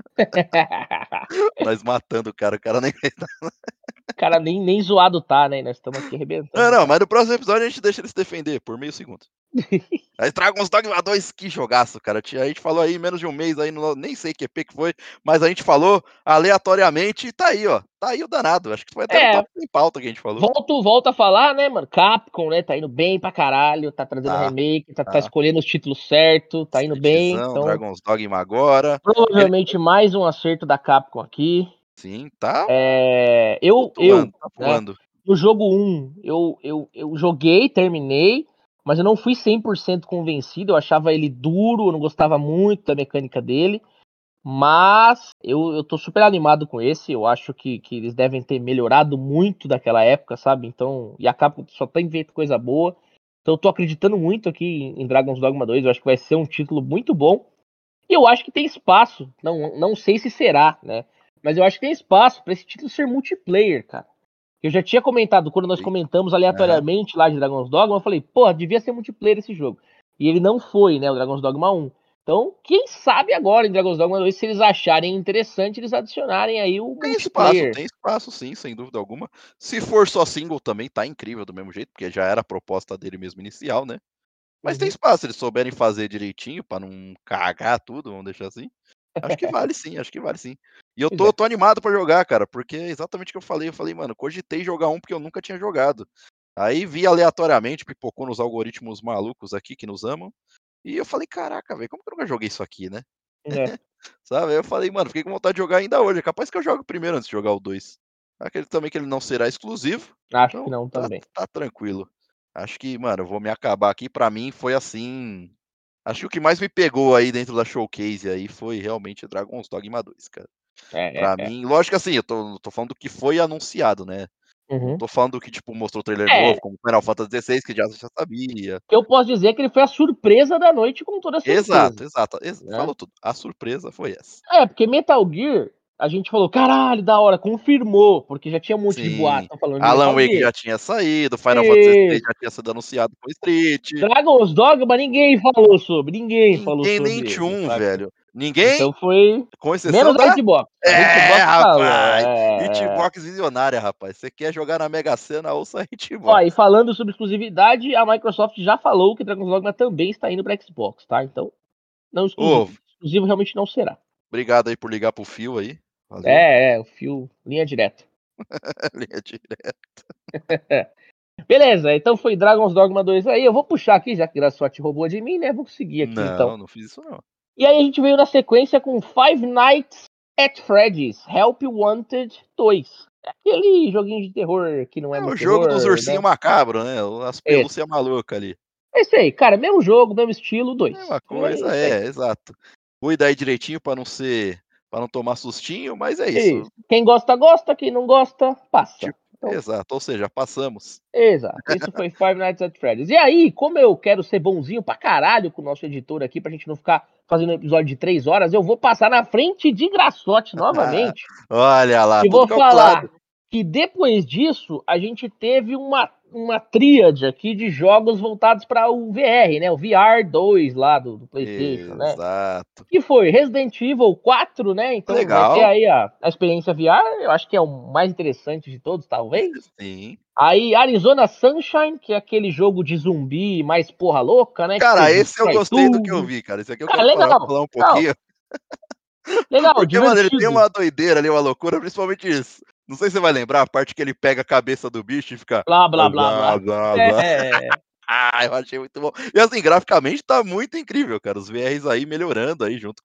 Nós matando o cara nem Cara, nem zoado tá, né, nós estamos aqui arrebentando Não, o não, cara. mas no próximo episódio a gente deixa ele se defender por meio segundo. Aí Dragon's Dogma 2, que jogaço, cara. A gente falou aí menos de um mês aí, nem sei que EP que foi, mas a gente falou aleatoriamente e tá aí, ó. Tá aí o danado. Acho que foi até no É, papo sem pauta que a gente falou. volto a falar, né, mano, Capcom, né, tá indo bem pra caralho, tá trazendo Tá, remake, tá tá. escolhendo os títulos certos, tá indo bem, Setzão, então Dragon's Dogma agora. Ele, provavelmente mais um acerto da Capcom aqui. sim, tá Eu, flutuando, tá né, voando. no jogo um eu joguei, terminei, mas eu não fui 100% convencido, eu achava ele duro, eu não gostava muito da mecânica dele, mas eu tô super animado com esse, eu acho que eles devem ter melhorado muito daquela época, sabe? Então, e a Capcom só tá inventando coisa boa, então eu tô acreditando muito aqui em Dragon's Dogma 2, eu acho que vai ser um título muito bom, e eu acho que tem espaço, não sei se será, né? Mas eu acho que tem espaço pra esse título ser multiplayer, cara. Eu já tinha comentado, quando nós Sim. comentamos Aham. aleatoriamente lá de Dragon's Dogma, eu falei, pô, devia ser multiplayer esse jogo. E ele não foi, né, o Dragon's Dogma 1. Então, quem sabe agora em Dragon's Dogma 2, se eles acharem interessante, eles adicionarem aí o multiplayer. Tem espaço sim, sem dúvida alguma. Se for só single também tá incrível do mesmo jeito, porque já era a proposta dele mesmo inicial, né? Mas tem Uhum. espaço, se eles souberem fazer direitinho pra não cagar tudo, vamos deixar assim. Acho que vale sim, acho que vale sim. E eu Pois é. tô animado pra jogar, cara, porque é exatamente o que eu falei: "Mano, cogitei jogar um porque eu nunca tinha jogado". Aí vi aleatoriamente, pipocou nos algoritmos malucos aqui que nos amam, e eu falei: "Caraca, velho, como que eu nunca joguei isso aqui, né?". É, Sabe, aí eu falei: "Mano, fiquei com vontade de jogar ainda hoje, é capaz que eu jogue primeiro antes de jogar o 2". Acredito também que ele não será exclusivo, acho que então não também. tá tranquilo. Acho que, mano, eu vou me acabar aqui, pra mim foi assim, acho que o que mais me pegou aí dentro da showcase aí foi realmente Dragon's Dogma 2, cara. Pra É. mim, lógico que assim, eu tô falando do que foi anunciado, né, não Uhum. tô falando do que, tipo, mostrou trailer É, novo, como Final Fantasy XVI, que já sabia. o que eu posso dizer é que ele foi a surpresa da noite com toda certeza, Exato, exato, né? falou tudo, a surpresa foi essa. É, porque Metal Gear, a gente falou, caralho, da hora, confirmou, porque já tinha um monte de boato Sim, falando de Alan Metal Wake Gear. já tinha saído, Final Fantasy XVI Isso. já tinha sido anunciado com Street, Dragon's Dogma ninguém falou ninguém nem sobre ele, tinha um, saca? velho. Ninguém, Então foi com menos exceção a da Hitbox. A é, Hitbox falou. rapaz, Hitbox visionária, rapaz. Você quer jogar na Mega Sena, ouça a Ó, e Hitbox. falando sobre exclusividade, a Microsoft já falou que Dragon's Dogma também está indo para Xbox, tá? Então, não Ô, exclusivo. Exclusivo realmente não será. obrigado aí por ligar pro Fio aí, valeu. O fio, linha direta. Linha direta. Beleza, então foi Dragon's Dogma 2 aí. Eu vou puxar aqui, já que Graçote roubou de mim, né? Vou seguir aqui então. Não, não fiz isso não. E aí a gente veio na sequência com Five Nights at Freddy's Help Wanted 2. É aquele joguinho de terror que não é É o muito jogo dos terror, ursinhos né? macabros, né, as Esse. pelúcia maluca ali. É isso aí, cara. Mesmo jogo, mesmo estilo, 2. Mesma É coisa, isso aí. exato. Cuida aí direitinho pra não tomar sustinho, mas é É isso. isso. Quem gosta, gosta. Quem não gosta, passa. Tipo, Então, exato, ou seja, passamos. exato. Isso foi Five Nights at Freddy's. E aí, como eu quero ser bonzinho pra caralho com o nosso editor aqui, pra gente não ficar fazendo episódio de 3 horas, eu vou passar na frente de Graçote novamente. Olha lá, E tudo vou calculado. falar que depois disso, a gente teve uma uma tríade aqui de jogos voltados para o VR, né? O VR 2 lá do PlayStation, né? Exato. Que foi Resident Evil 4, né? Então vai ter Legal. aí a experiência VR, eu acho que é o mais interessante de todos, talvez. Sim. Aí Arizona Sunshine, que é aquele jogo de zumbi mais porra louca, né? Que você Cara, esse eu destrói gostei do que eu tudo. vi, cara. Esse aqui eu Cara, quero falar legal, um legal, pouquinho. legal, Porque, mano, ele tem divertido. uma doideira ali, uma loucura, principalmente isso. Não sei se você vai lembrar a parte que ele pega a cabeça do bicho e fica. Blá, blá, blá, Blá, blá. blá, blá. É, Ah, eu achei muito bom. E assim, graficamente tá muito incrível, cara. Os VRs aí melhorando aí junto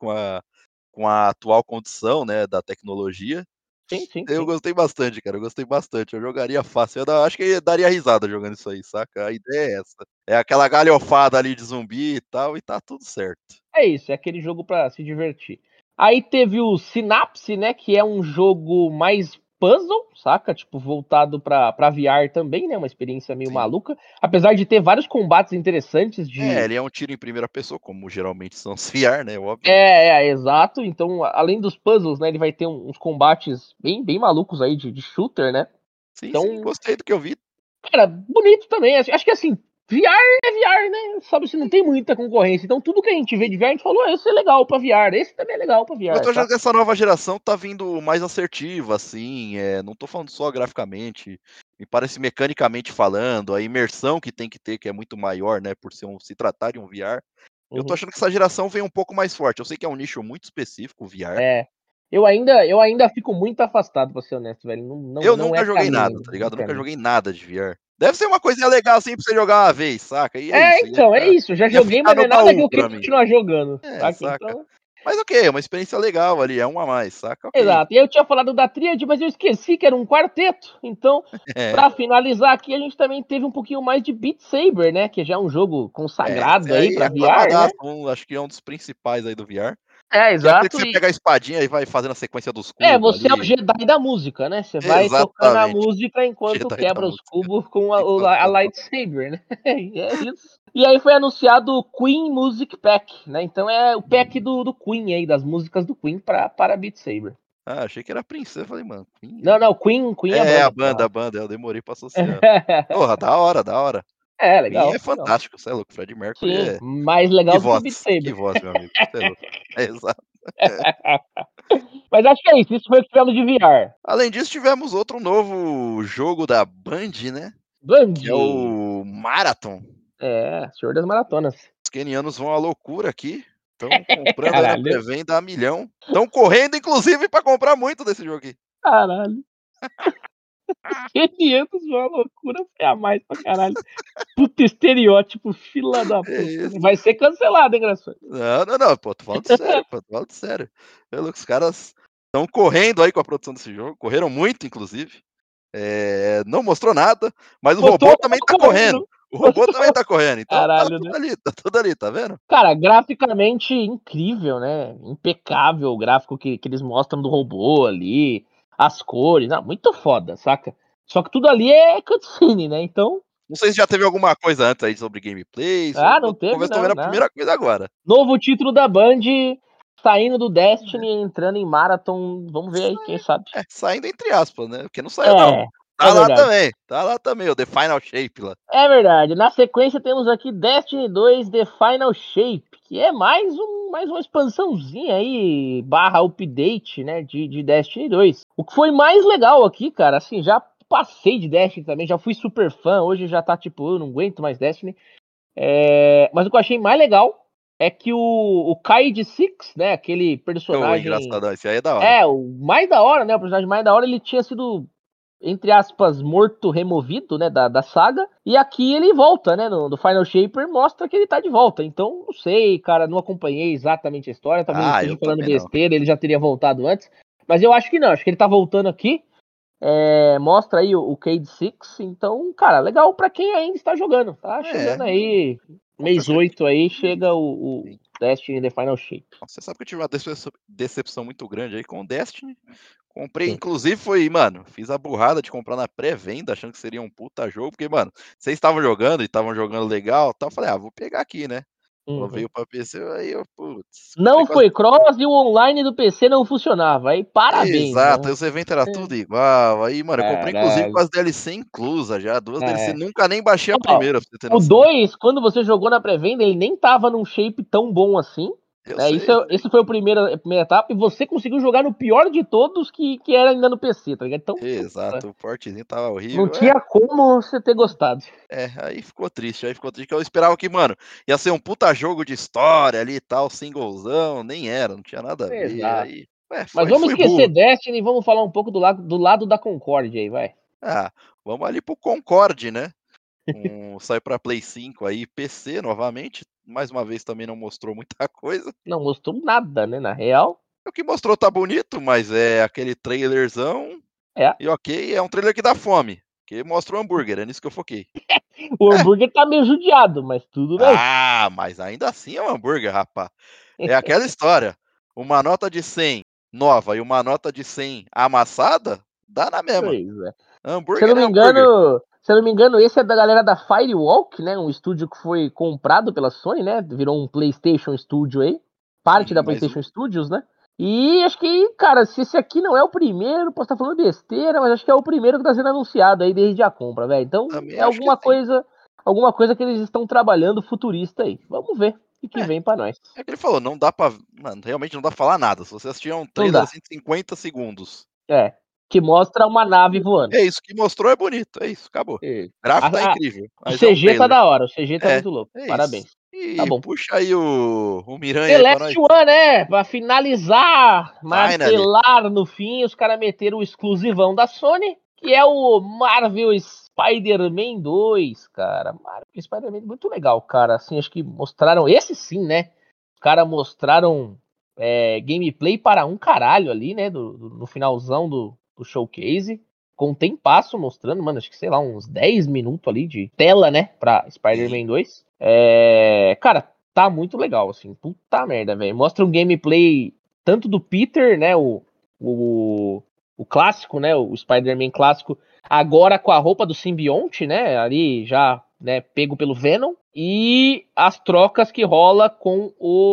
com a atual condição, né, da tecnologia. sim, sim, Eu sim. gostei bastante, cara. Eu gostei bastante. Eu jogaria fácil. Acho que eu daria risada jogando isso aí, saca? A ideia é essa. É aquela galhofada ali de zumbi e tal, e tá tudo certo. É isso, é aquele jogo pra se divertir. Aí teve o Synapse, né, que é um jogo mais puzzle, saca? Tipo, voltado pra VR também, né? Uma experiência meio Sim. maluca. Apesar de ter vários combates interessantes É, de. ele é um tiro em primeira pessoa, como geralmente são os VR, né? Óbvio. Exato. Então, além dos puzzles, né, ele vai ter uns combates bem malucos aí de shooter, né? Sim, sim, Então, gostei do que eu vi. cara, bonito também. Acho que assim, VR é VR, né? Sabe, se não tem muita concorrência. Então, tudo que a gente vê de VR, a gente falou, esse é legal pra VR, esse também é legal pra Eu VR, tô achando saca? que essa nova geração tá vindo mais assertiva, assim, não tô falando só graficamente, me parece mecanicamente falando, a imersão que tem que ter, que é muito maior, né, por se tratar de um VR. Eu tô Uhum. achando que essa geração vem um pouco mais forte. Eu sei que é um nicho muito específico, o VR. É. Eu ainda fico muito afastado, pra ser honesto, velho. Não, não, Eu não é nunca pra joguei mim nada, ainda. tá Não é ligado? Eu pra nunca mim. joguei nada de VR. Deve ser uma coisinha legal assim pra você jogar uma vez, saca? E é isso. Então, é isso. Já Ia joguei, ficar mas não no é nada que baú eu pra queira mim. continuar jogando, É, saca? saca? Então, Mas ok, é uma experiência legal ali, é um a mais, saca? Ok. exato. E eu tinha falado da tríade, mas eu esqueci que era um quarteto. Então, É. pra finalizar aqui, a gente também teve um pouquinho mais de Beat Saber, né? Que já é um jogo Esse consagrado aí aí pra é VR, né? aclamadaço, acho que é um dos principais aí do VR. Que é aquele que Exato. você pega a espadinha e vai fazendo a sequência dos cubos Você é o ali. Jedi da música, né? Você vai tocando a Exatamente. música enquanto Jedi da quebra os música. cubos com a Sensacional. lightsaber, né? É isso. E aí foi anunciado o Queen Music Pack, né? Então é o pack do Queen aí, das músicas do Queen para Beat Saber. Ah, achei que era princesa. Falei, mano, Queen, Não, não, Queen é a é a banda, banda, a porra. banda. Eu demorei pra associar. Porra, da hora, da hora. Queen é Legal, legal. fantástico, você é louco. Freddie Mercury Sim, é. mais Que legal do que o voz, Beat Saber. que voz, meu amigo. Você é louco. É, exato. Mas acho que é isso. Isso foi o que tivemos de VR. Além disso, tivemos outro novo jogo da Band, né? Band. Que é o Marathon. Senhor das Maratonas. Os quenianos vão à loucura aqui. Estão comprando aí na Caralho, pré-venda a milhão. Estão correndo, inclusive, para comprar muito desse jogo aqui. caralho. 500 foi uma loucura, foi a mais pra caralho. Puta estereótipo, fila da É puta. isso. Vai ser cancelado, hein, Grações? Não, não, não, pô, tô falando sério, pô, tô falando sério. Os caras estão correndo aí com a produção desse jogo, correram muito, inclusive. Não mostrou nada, mas o robô Mostrou também tá correndo. correndo. O robô também Mostrou. tá correndo, então Caralho, né? tá tudo ali, tá vendo? Cara, graficamente incrível, né? Impecável o gráfico que eles mostram do robô ali, as cores, muito foda, saca? Só que tudo ali é cutscene, né? Então, Não sei se já teve alguma coisa antes aí sobre gameplay, não teve confesso que tô não, vendo a não. primeira coisa agora. Novo título da Band, saindo do Destiny, entrando em Marathon, vamos ver aí, quem sabe. Saindo entre aspas, né? Porque não saiu não. É, é verdade. Tá lá também, o The Final Shape lá. É verdade. Na sequência temos aqui Destiny 2 The Final Shape, que é mais uma expansãozinha aí, barra update, né, de Destiny 2. O que foi mais legal aqui, cara, assim, já passei de Destiny também, já fui super fã, hoje já tá tipo, eu não aguento mais Destiny. Mas o que eu achei mais legal é que o Kaid Six, né, aquele Ô, personagem... engraçadão, esse aí é da hora. O mais da hora, né, o personagem mais da hora, ele tinha sido entre aspas, morto, removido, né, da saga, e aqui ele volta, né, no Final Shaper, mostra que ele tá de volta, então, não sei, cara, não acompanhei exatamente a história, talvez eu Ah, eu esteja falando também não. besteira, ele já teria voltado antes, mas eu acho que não, acho que ele tá voltando aqui, mostra aí o Cade Six, então, cara, legal pra quem ainda está jogando, tá É, chegando aí, mês confesso que 8 aí, chega o sim. Destiny The Final Shape. Você sabe que eu tive uma decepção muito grande aí com o Destiny. Comprei, Sim. inclusive, mano, fiz a burrada de comprar na pré-venda, achando que seria um puta jogo, porque, mano, vocês estavam jogando e estavam jogando legal, tal, eu falei, vou pegar aqui, né? Quando Uhum. veio pra PC, aí eu, putz, comprei Não quase. foi cross e o online do PC não funcionava. Aí parabéns, Exato, né? aí os eventos era tudo igual. Aí, mano, eu comprei inclusive com Caralho. as DLC inclusa já, duas DLC, É. nunca nem baixei a Ó, primeira, pra você ter o noção. 2 quando você jogou na pré-venda, ele nem tava num shape tão bom assim. Eu Né? sei, sei. Esse foi a primeira etapa, e você conseguiu jogar no pior de todos, que era ainda no PC, tá ligado? Então, puta, Exato, o portezinho tava não horrível. tinha como você ter gostado. Aí ficou triste, que eu esperava que, mano, ia ser um puta jogo de história ali e tal, singlezão, nem era, não tinha nada a ver, Exato. aí, Mas vamos fui esquecer burro. Destiny e vamos falar um pouco do lado da Concorde aí, vai. Ah, vamos ali pro Concorde, né? Sai pra Play 5 aí, PC novamente, mais uma vez também não mostrou muita coisa. Não mostrou nada, né? Na real, O que mostrou tá bonito, mas é aquele trailerzão, é. e ok, é um trailer que dá fome, que mostra o hambúrguer, é nisso que eu foquei. O É, hambúrguer tá meio judiado, mas tudo bem. mas ainda assim é um hambúrguer, rapaz. É aquela história, uma nota de 100 nova e uma nota de 100 amassada, dá na mesma. Pois é. Se eu não Hambúrguer é me hambúrguer. engano, se eu não me engano, esse é da galera da Firewalk, né? Um estúdio que foi comprado pela Sony, né? Virou um PlayStation Studio aí, parte da Mas PlayStation Studios, né? E acho que, cara, se esse aqui não é o primeiro, posso estar falando besteira, mas acho que é o primeiro que tá sendo anunciado aí desde a compra, velho. Então, também é acho que sim. alguma coisa que eles estão trabalhando futurista aí. Vamos ver o que É, vem pra nós. é que ele falou, não dá pra. Mano, realmente não dá pra falar nada. Se você assistir a um Não trailer dá. assim de 50 segundos. É, que mostra uma nave voando. É isso que mostrou, é bonito. É isso, acabou. É. O gráfico tá A- a- incrível, o mas é um CG tá trailer. da hora, o CG tá É, muito louco. é isso. Parabéns. Tá E bom. puxa aí o Miranha The aí pra Last nós. One, né? Pra finalizar, Finally. martelar no fim, os caras meteram o exclusivão da Sony, que é o Marvel Spider-Man 2, cara. Marvel Spider-Man muito legal, cara. Assim, acho que mostraram. Esse sim, né? Os caras mostraram gameplay para um caralho ali, né? No finalzão do showcase. Com um tempasso mostrando, mano, acho que sei lá, uns 10 minutos ali de tela, né? Pra Sim. Spider-Man 2. Cara, tá muito legal, assim. Puta merda, velho. Mostra um gameplay tanto do Peter, né? O, o clássico, né? O Spider-Man clássico, agora com a roupa do simbionte, né? Ali já, né, pego pelo Venom. E as trocas que rola com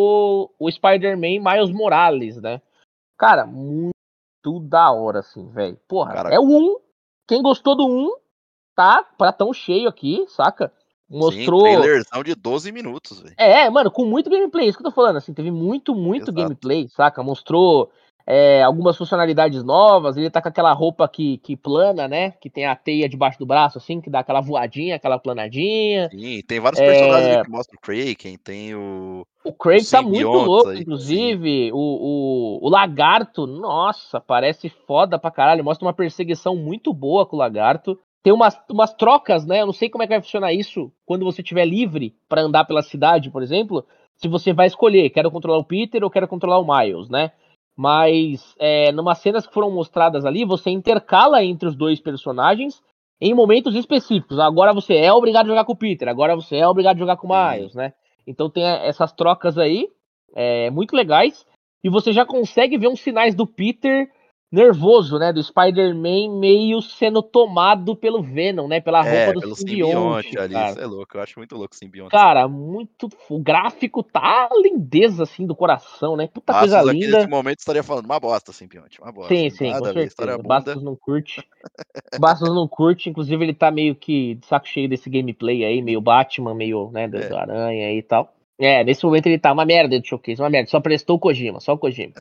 o Spider-Man Miles Morales, né? Cara, muito da hora, assim, velho. Porra, Cara, é o 1. Quem gostou do 1 tá pratão cheio aqui, saca? sim, Mostrou trailerzão de 12 minutos, velho. mano, com muito gameplay, isso que eu tô falando, assim, teve muito Exato. gameplay, saca? Mostrou algumas funcionalidades novas, ele tá com aquela roupa que plana, né? Que tem a teia debaixo do braço, assim, que dá aquela voadinha, aquela planadinha. Sim, tem vários personagens ali É, que mostram o Kraken, tem o os Craig tá muito simbiontes louco, aí. Sim, inclusive. O Lagarto, nossa, parece foda pra caralho. Mostra uma perseguição muito boa com o Lagarto. Tem umas trocas, né? Eu não sei como é que vai funcionar isso quando você estiver livre pra andar pela cidade, por exemplo. Se você vai escolher, quero controlar o Peter ou quero controlar o Miles, né? Mas, numas cenas que foram mostradas ali, você intercala entre os dois personagens em momentos específicos. Agora você é obrigado a jogar com o Peter, agora você é obrigado a jogar com o sim. Miles, né? Então tem essas trocas aí, muito legais. E você já consegue ver uns sinais do Peter nervoso, né? Do Spider-Man meio sendo tomado pelo Venom, né? Pela roupa É, do pelo simbionte simbionte, ali, cara. isso é louco, eu acho muito louco o simbionte. Cara, muito. O gráfico tá lindeza, assim, do coração, né? Puta coisa Bastos aqui nesse linda. momento estaria falando, uma bosta, simbionte, uma bosta, Sim, sim, com nada a ver, história certeza. bunda. Bastos não curte. Bastos não curte, inclusive ele tá meio que de saco cheio desse gameplay aí, meio Batman, meio, né, do É, Aranha aí e tal. Nesse momento ele tá uma merda de showcase, uma merda. Só prestou o Kojima, só o Kojima.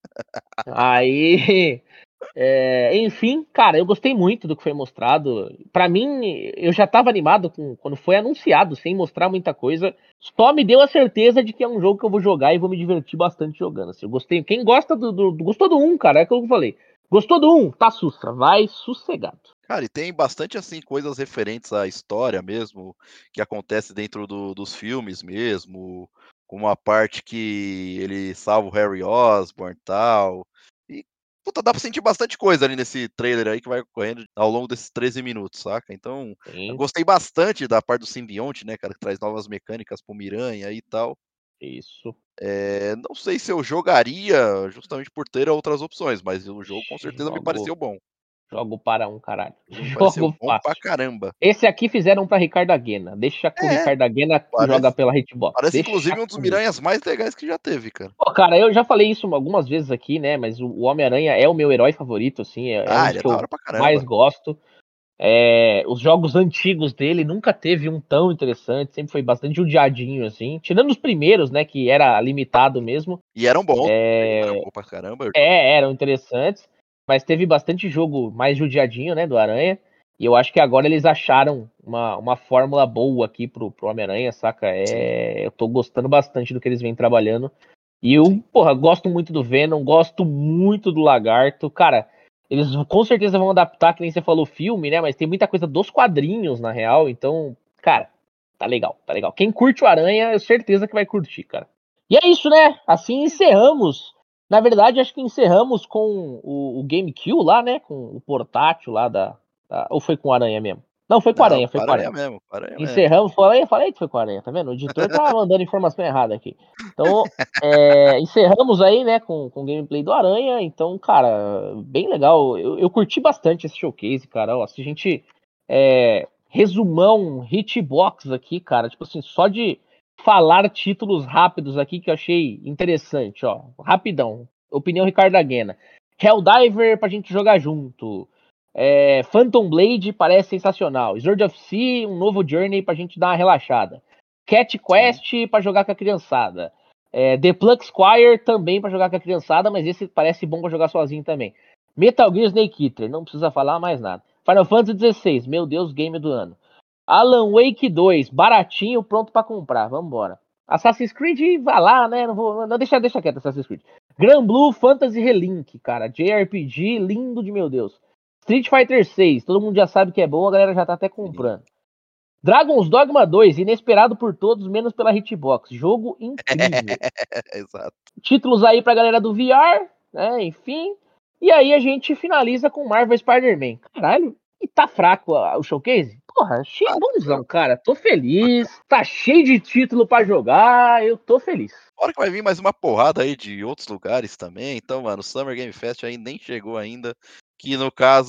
Aí, enfim, cara, eu gostei muito do que foi mostrado. Pra mim, eu já tava animado quando foi anunciado, sem mostrar muita coisa. Só me deu a certeza de que é um jogo que eu vou jogar e vou me divertir bastante jogando. Assim, eu gostei. Quem gosta gostou do um, cara, é aquilo que eu falei. Gostou do um, tá sussa, vai sossegado. cara, e tem bastante, assim, coisas referentes à história mesmo, que acontece dentro dos filmes mesmo, como a parte que ele salva o Harry Osborn e tal. E, puta, dá pra sentir bastante coisa ali nesse trailer aí que vai ocorrendo ao longo desses 13 minutos, saca? Então, eu Sim, gostei bastante da parte do simbionte, né, cara, que traz novas mecânicas pro Miranha e tal. isso. Não sei se eu jogaria justamente por ter outras opções, mas o jogo com certeza me Jogou. pareceu bom. Jogo para um caralho. Parece Jogo bom pra fácil. caramba. Esse aqui fizeram pra Ricardo Aguena. Deixa com o Ricardo Aguena que joga pela Hitbox. Parece Deixa inclusive um dos comigo. Miranhas mais legais que já teve, cara. Pô, cara, eu já falei isso algumas vezes aqui, né? Mas o Homem-Aranha é o meu herói favorito, assim. É um Ele dos é que da eu hora pra mais caramba. gosto. Os jogos antigos dele nunca teve um tão interessante. Sempre foi bastante judiadinho, assim. Tirando os primeiros, né? Que era limitado mesmo. E eram bons. Eram bons pra caramba. Eram interessantes. Mas teve bastante jogo mais judiadinho, né? Do Aranha. E eu acho que agora eles acharam uma fórmula boa aqui pro Homem-Aranha, saca? Eu tô gostando bastante do que eles vêm trabalhando. E eu, porra, gosto muito do Venom, gosto muito do Lagarto. Cara, eles com certeza vão adaptar, que nem você falou, filme, né? Mas tem muita coisa dos quadrinhos, na real. Então, cara, tá legal, tá legal. Quem curte o Aranha, eu certeza que vai curtir, cara. E é isso, né? Assim encerramos. Na verdade, acho que encerramos com o GameCube lá, né? Com o portátil lá ou foi com o Aranha mesmo? Não, foi com o Não, Aranha, foi com o Aranha Aranha. mesmo, Aranha mesmo. Encerramos, falei que foi com a Aranha, tá vendo? O editor tá mandando informação errada aqui. Então, encerramos aí, né, com o gameplay do Aranha. Então, cara, bem legal. Eu curti bastante esse showcase, cara. Ó, se a gente resumão hitbox aqui, cara, tipo assim, só de falar títulos rápidos aqui que eu achei interessante, ó. Rapidão. Opinião Ricardo Aguena. Helldiver pra gente jogar junto. Phantom Blade parece sensacional. Sword of Sea, um novo Journey pra gente dar uma relaxada. Cat Quest pra jogar com a criançada. The Plug Squire também pra jogar com a criançada, mas esse parece bom pra jogar sozinho também. Metal Gear Snake Eater, não precisa falar mais nada. Final Fantasy XVI, meu Deus, game do ano. Alan Wake 2, baratinho, pronto pra comprar, vambora. Assassin's Creed, vai lá, né? Não, deixa quieto Assassin's Creed. Gran Blue Fantasy Relink, cara. JRPG, lindo de meu Deus. Street Fighter 6, todo mundo já sabe que é bom, a galera já tá até comprando. Dragon's Dogma 2, inesperado por todos, menos pela Hitbox. Jogo incrível. Exato. Títulos aí pra galera do VR, né? Enfim. E aí a gente finaliza com Marvel Spider-Man. Caralho, e tá fraco o showcase? Porra, achei bonzão, cara. Tô feliz. Tá cheio de título pra jogar. Eu tô feliz. Fora que vai vir mais uma porrada aí de outros lugares também. Então, mano, o Summer Game Fest aí nem chegou ainda. Que no caso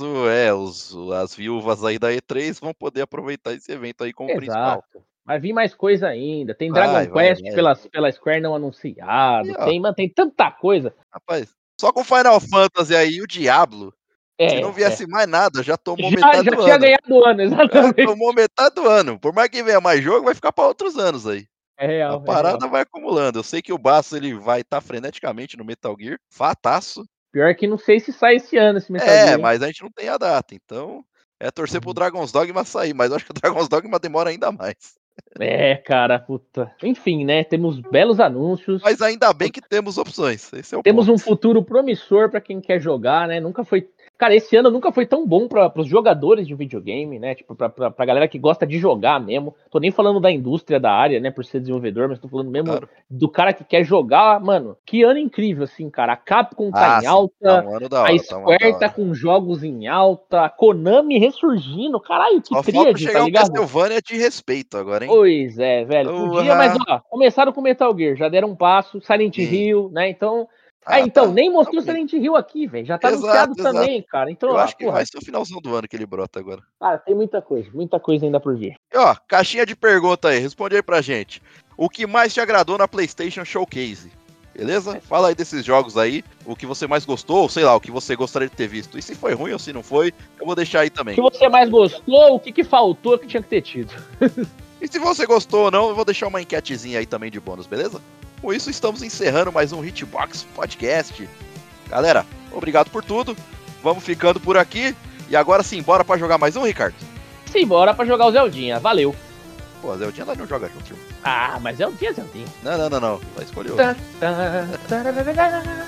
as viúvas aí da E3 vão poder aproveitar esse evento aí como principal. Exato. Vai vir mais coisa ainda. Tem Dragon Vai. Quest pela Square não anunciado. Aí, Tem tanta coisa. rapaz, só com Final Fantasy aí e o Diablo, se não viesse mais nada, já tomou metade Já do tinha ano. ganhado o ano, exatamente. Tomou metade do ano. Por mais que venha mais jogo, vai ficar para outros anos aí. É A real, é real. parada vai acumulando. Eu sei que o Baço ele vai estar freneticamente no Metal Gear, fataço. Pior que não sei se sai esse ano esse Metal Gear, hein? Mas a gente não tem a data, então é torcer pro Dragon's Dogma sair, mas eu acho que o Dragon's Dogma demora ainda mais. Cara, puta. Enfim, né? Temos belos anúncios. Mas ainda bem que temos opções. Esse é o Temos ponto. um futuro promissor pra quem quer jogar, né? Nunca foi. Cara, esse ano nunca foi tão bom para os jogadores de videogame, né? Tipo, pra galera que gosta de jogar mesmo. Tô nem falando da indústria da área, né? Por ser desenvolvedor, mas tô falando mesmo do cara que quer jogar. Mano, que ano incrível, assim, cara. A Capcom tá em alta. Tá um ano da hora, a Square tá com jogos em alta. A Konami ressurgindo. Caralho, que só falta tríade, chegar tá um ligado? Castlevania de respeito agora, hein? Pois é, velho. Podia, mas ó, começaram com Metal Gear, já deram um passo. Silent Hill, né? Então. Então, nem mostrou Silent Hill aqui, velho. Já tá anunciado também, cara. Então, eu acho que porra. vai ser o finalzão do ano que ele brota agora. Cara, tem muita coisa ainda por vir. E ó, caixinha de pergunta aí, responde aí pra gente. O que mais te agradou na PlayStation Showcase? Beleza? Fala aí desses jogos aí, o que você mais gostou, ou sei lá, o que você gostaria de ter visto. E se foi ruim ou se não foi, eu vou deixar aí também. O que você mais gostou, o que faltou que tinha que ter tido. E se você gostou ou não, eu vou deixar uma enquetezinha aí também de bônus, beleza? Com isso, estamos encerrando mais um Hitbox Podcast. Galera, obrigado por tudo. Vamos ficando por aqui. E agora sim, bora pra jogar mais um, Ricardo? Sim, bora pra jogar o Zeldinha. Valeu. Pô, a Zeldinha não joga junto, irmão. Mas Zeldinha. Não. Vai escolher outro.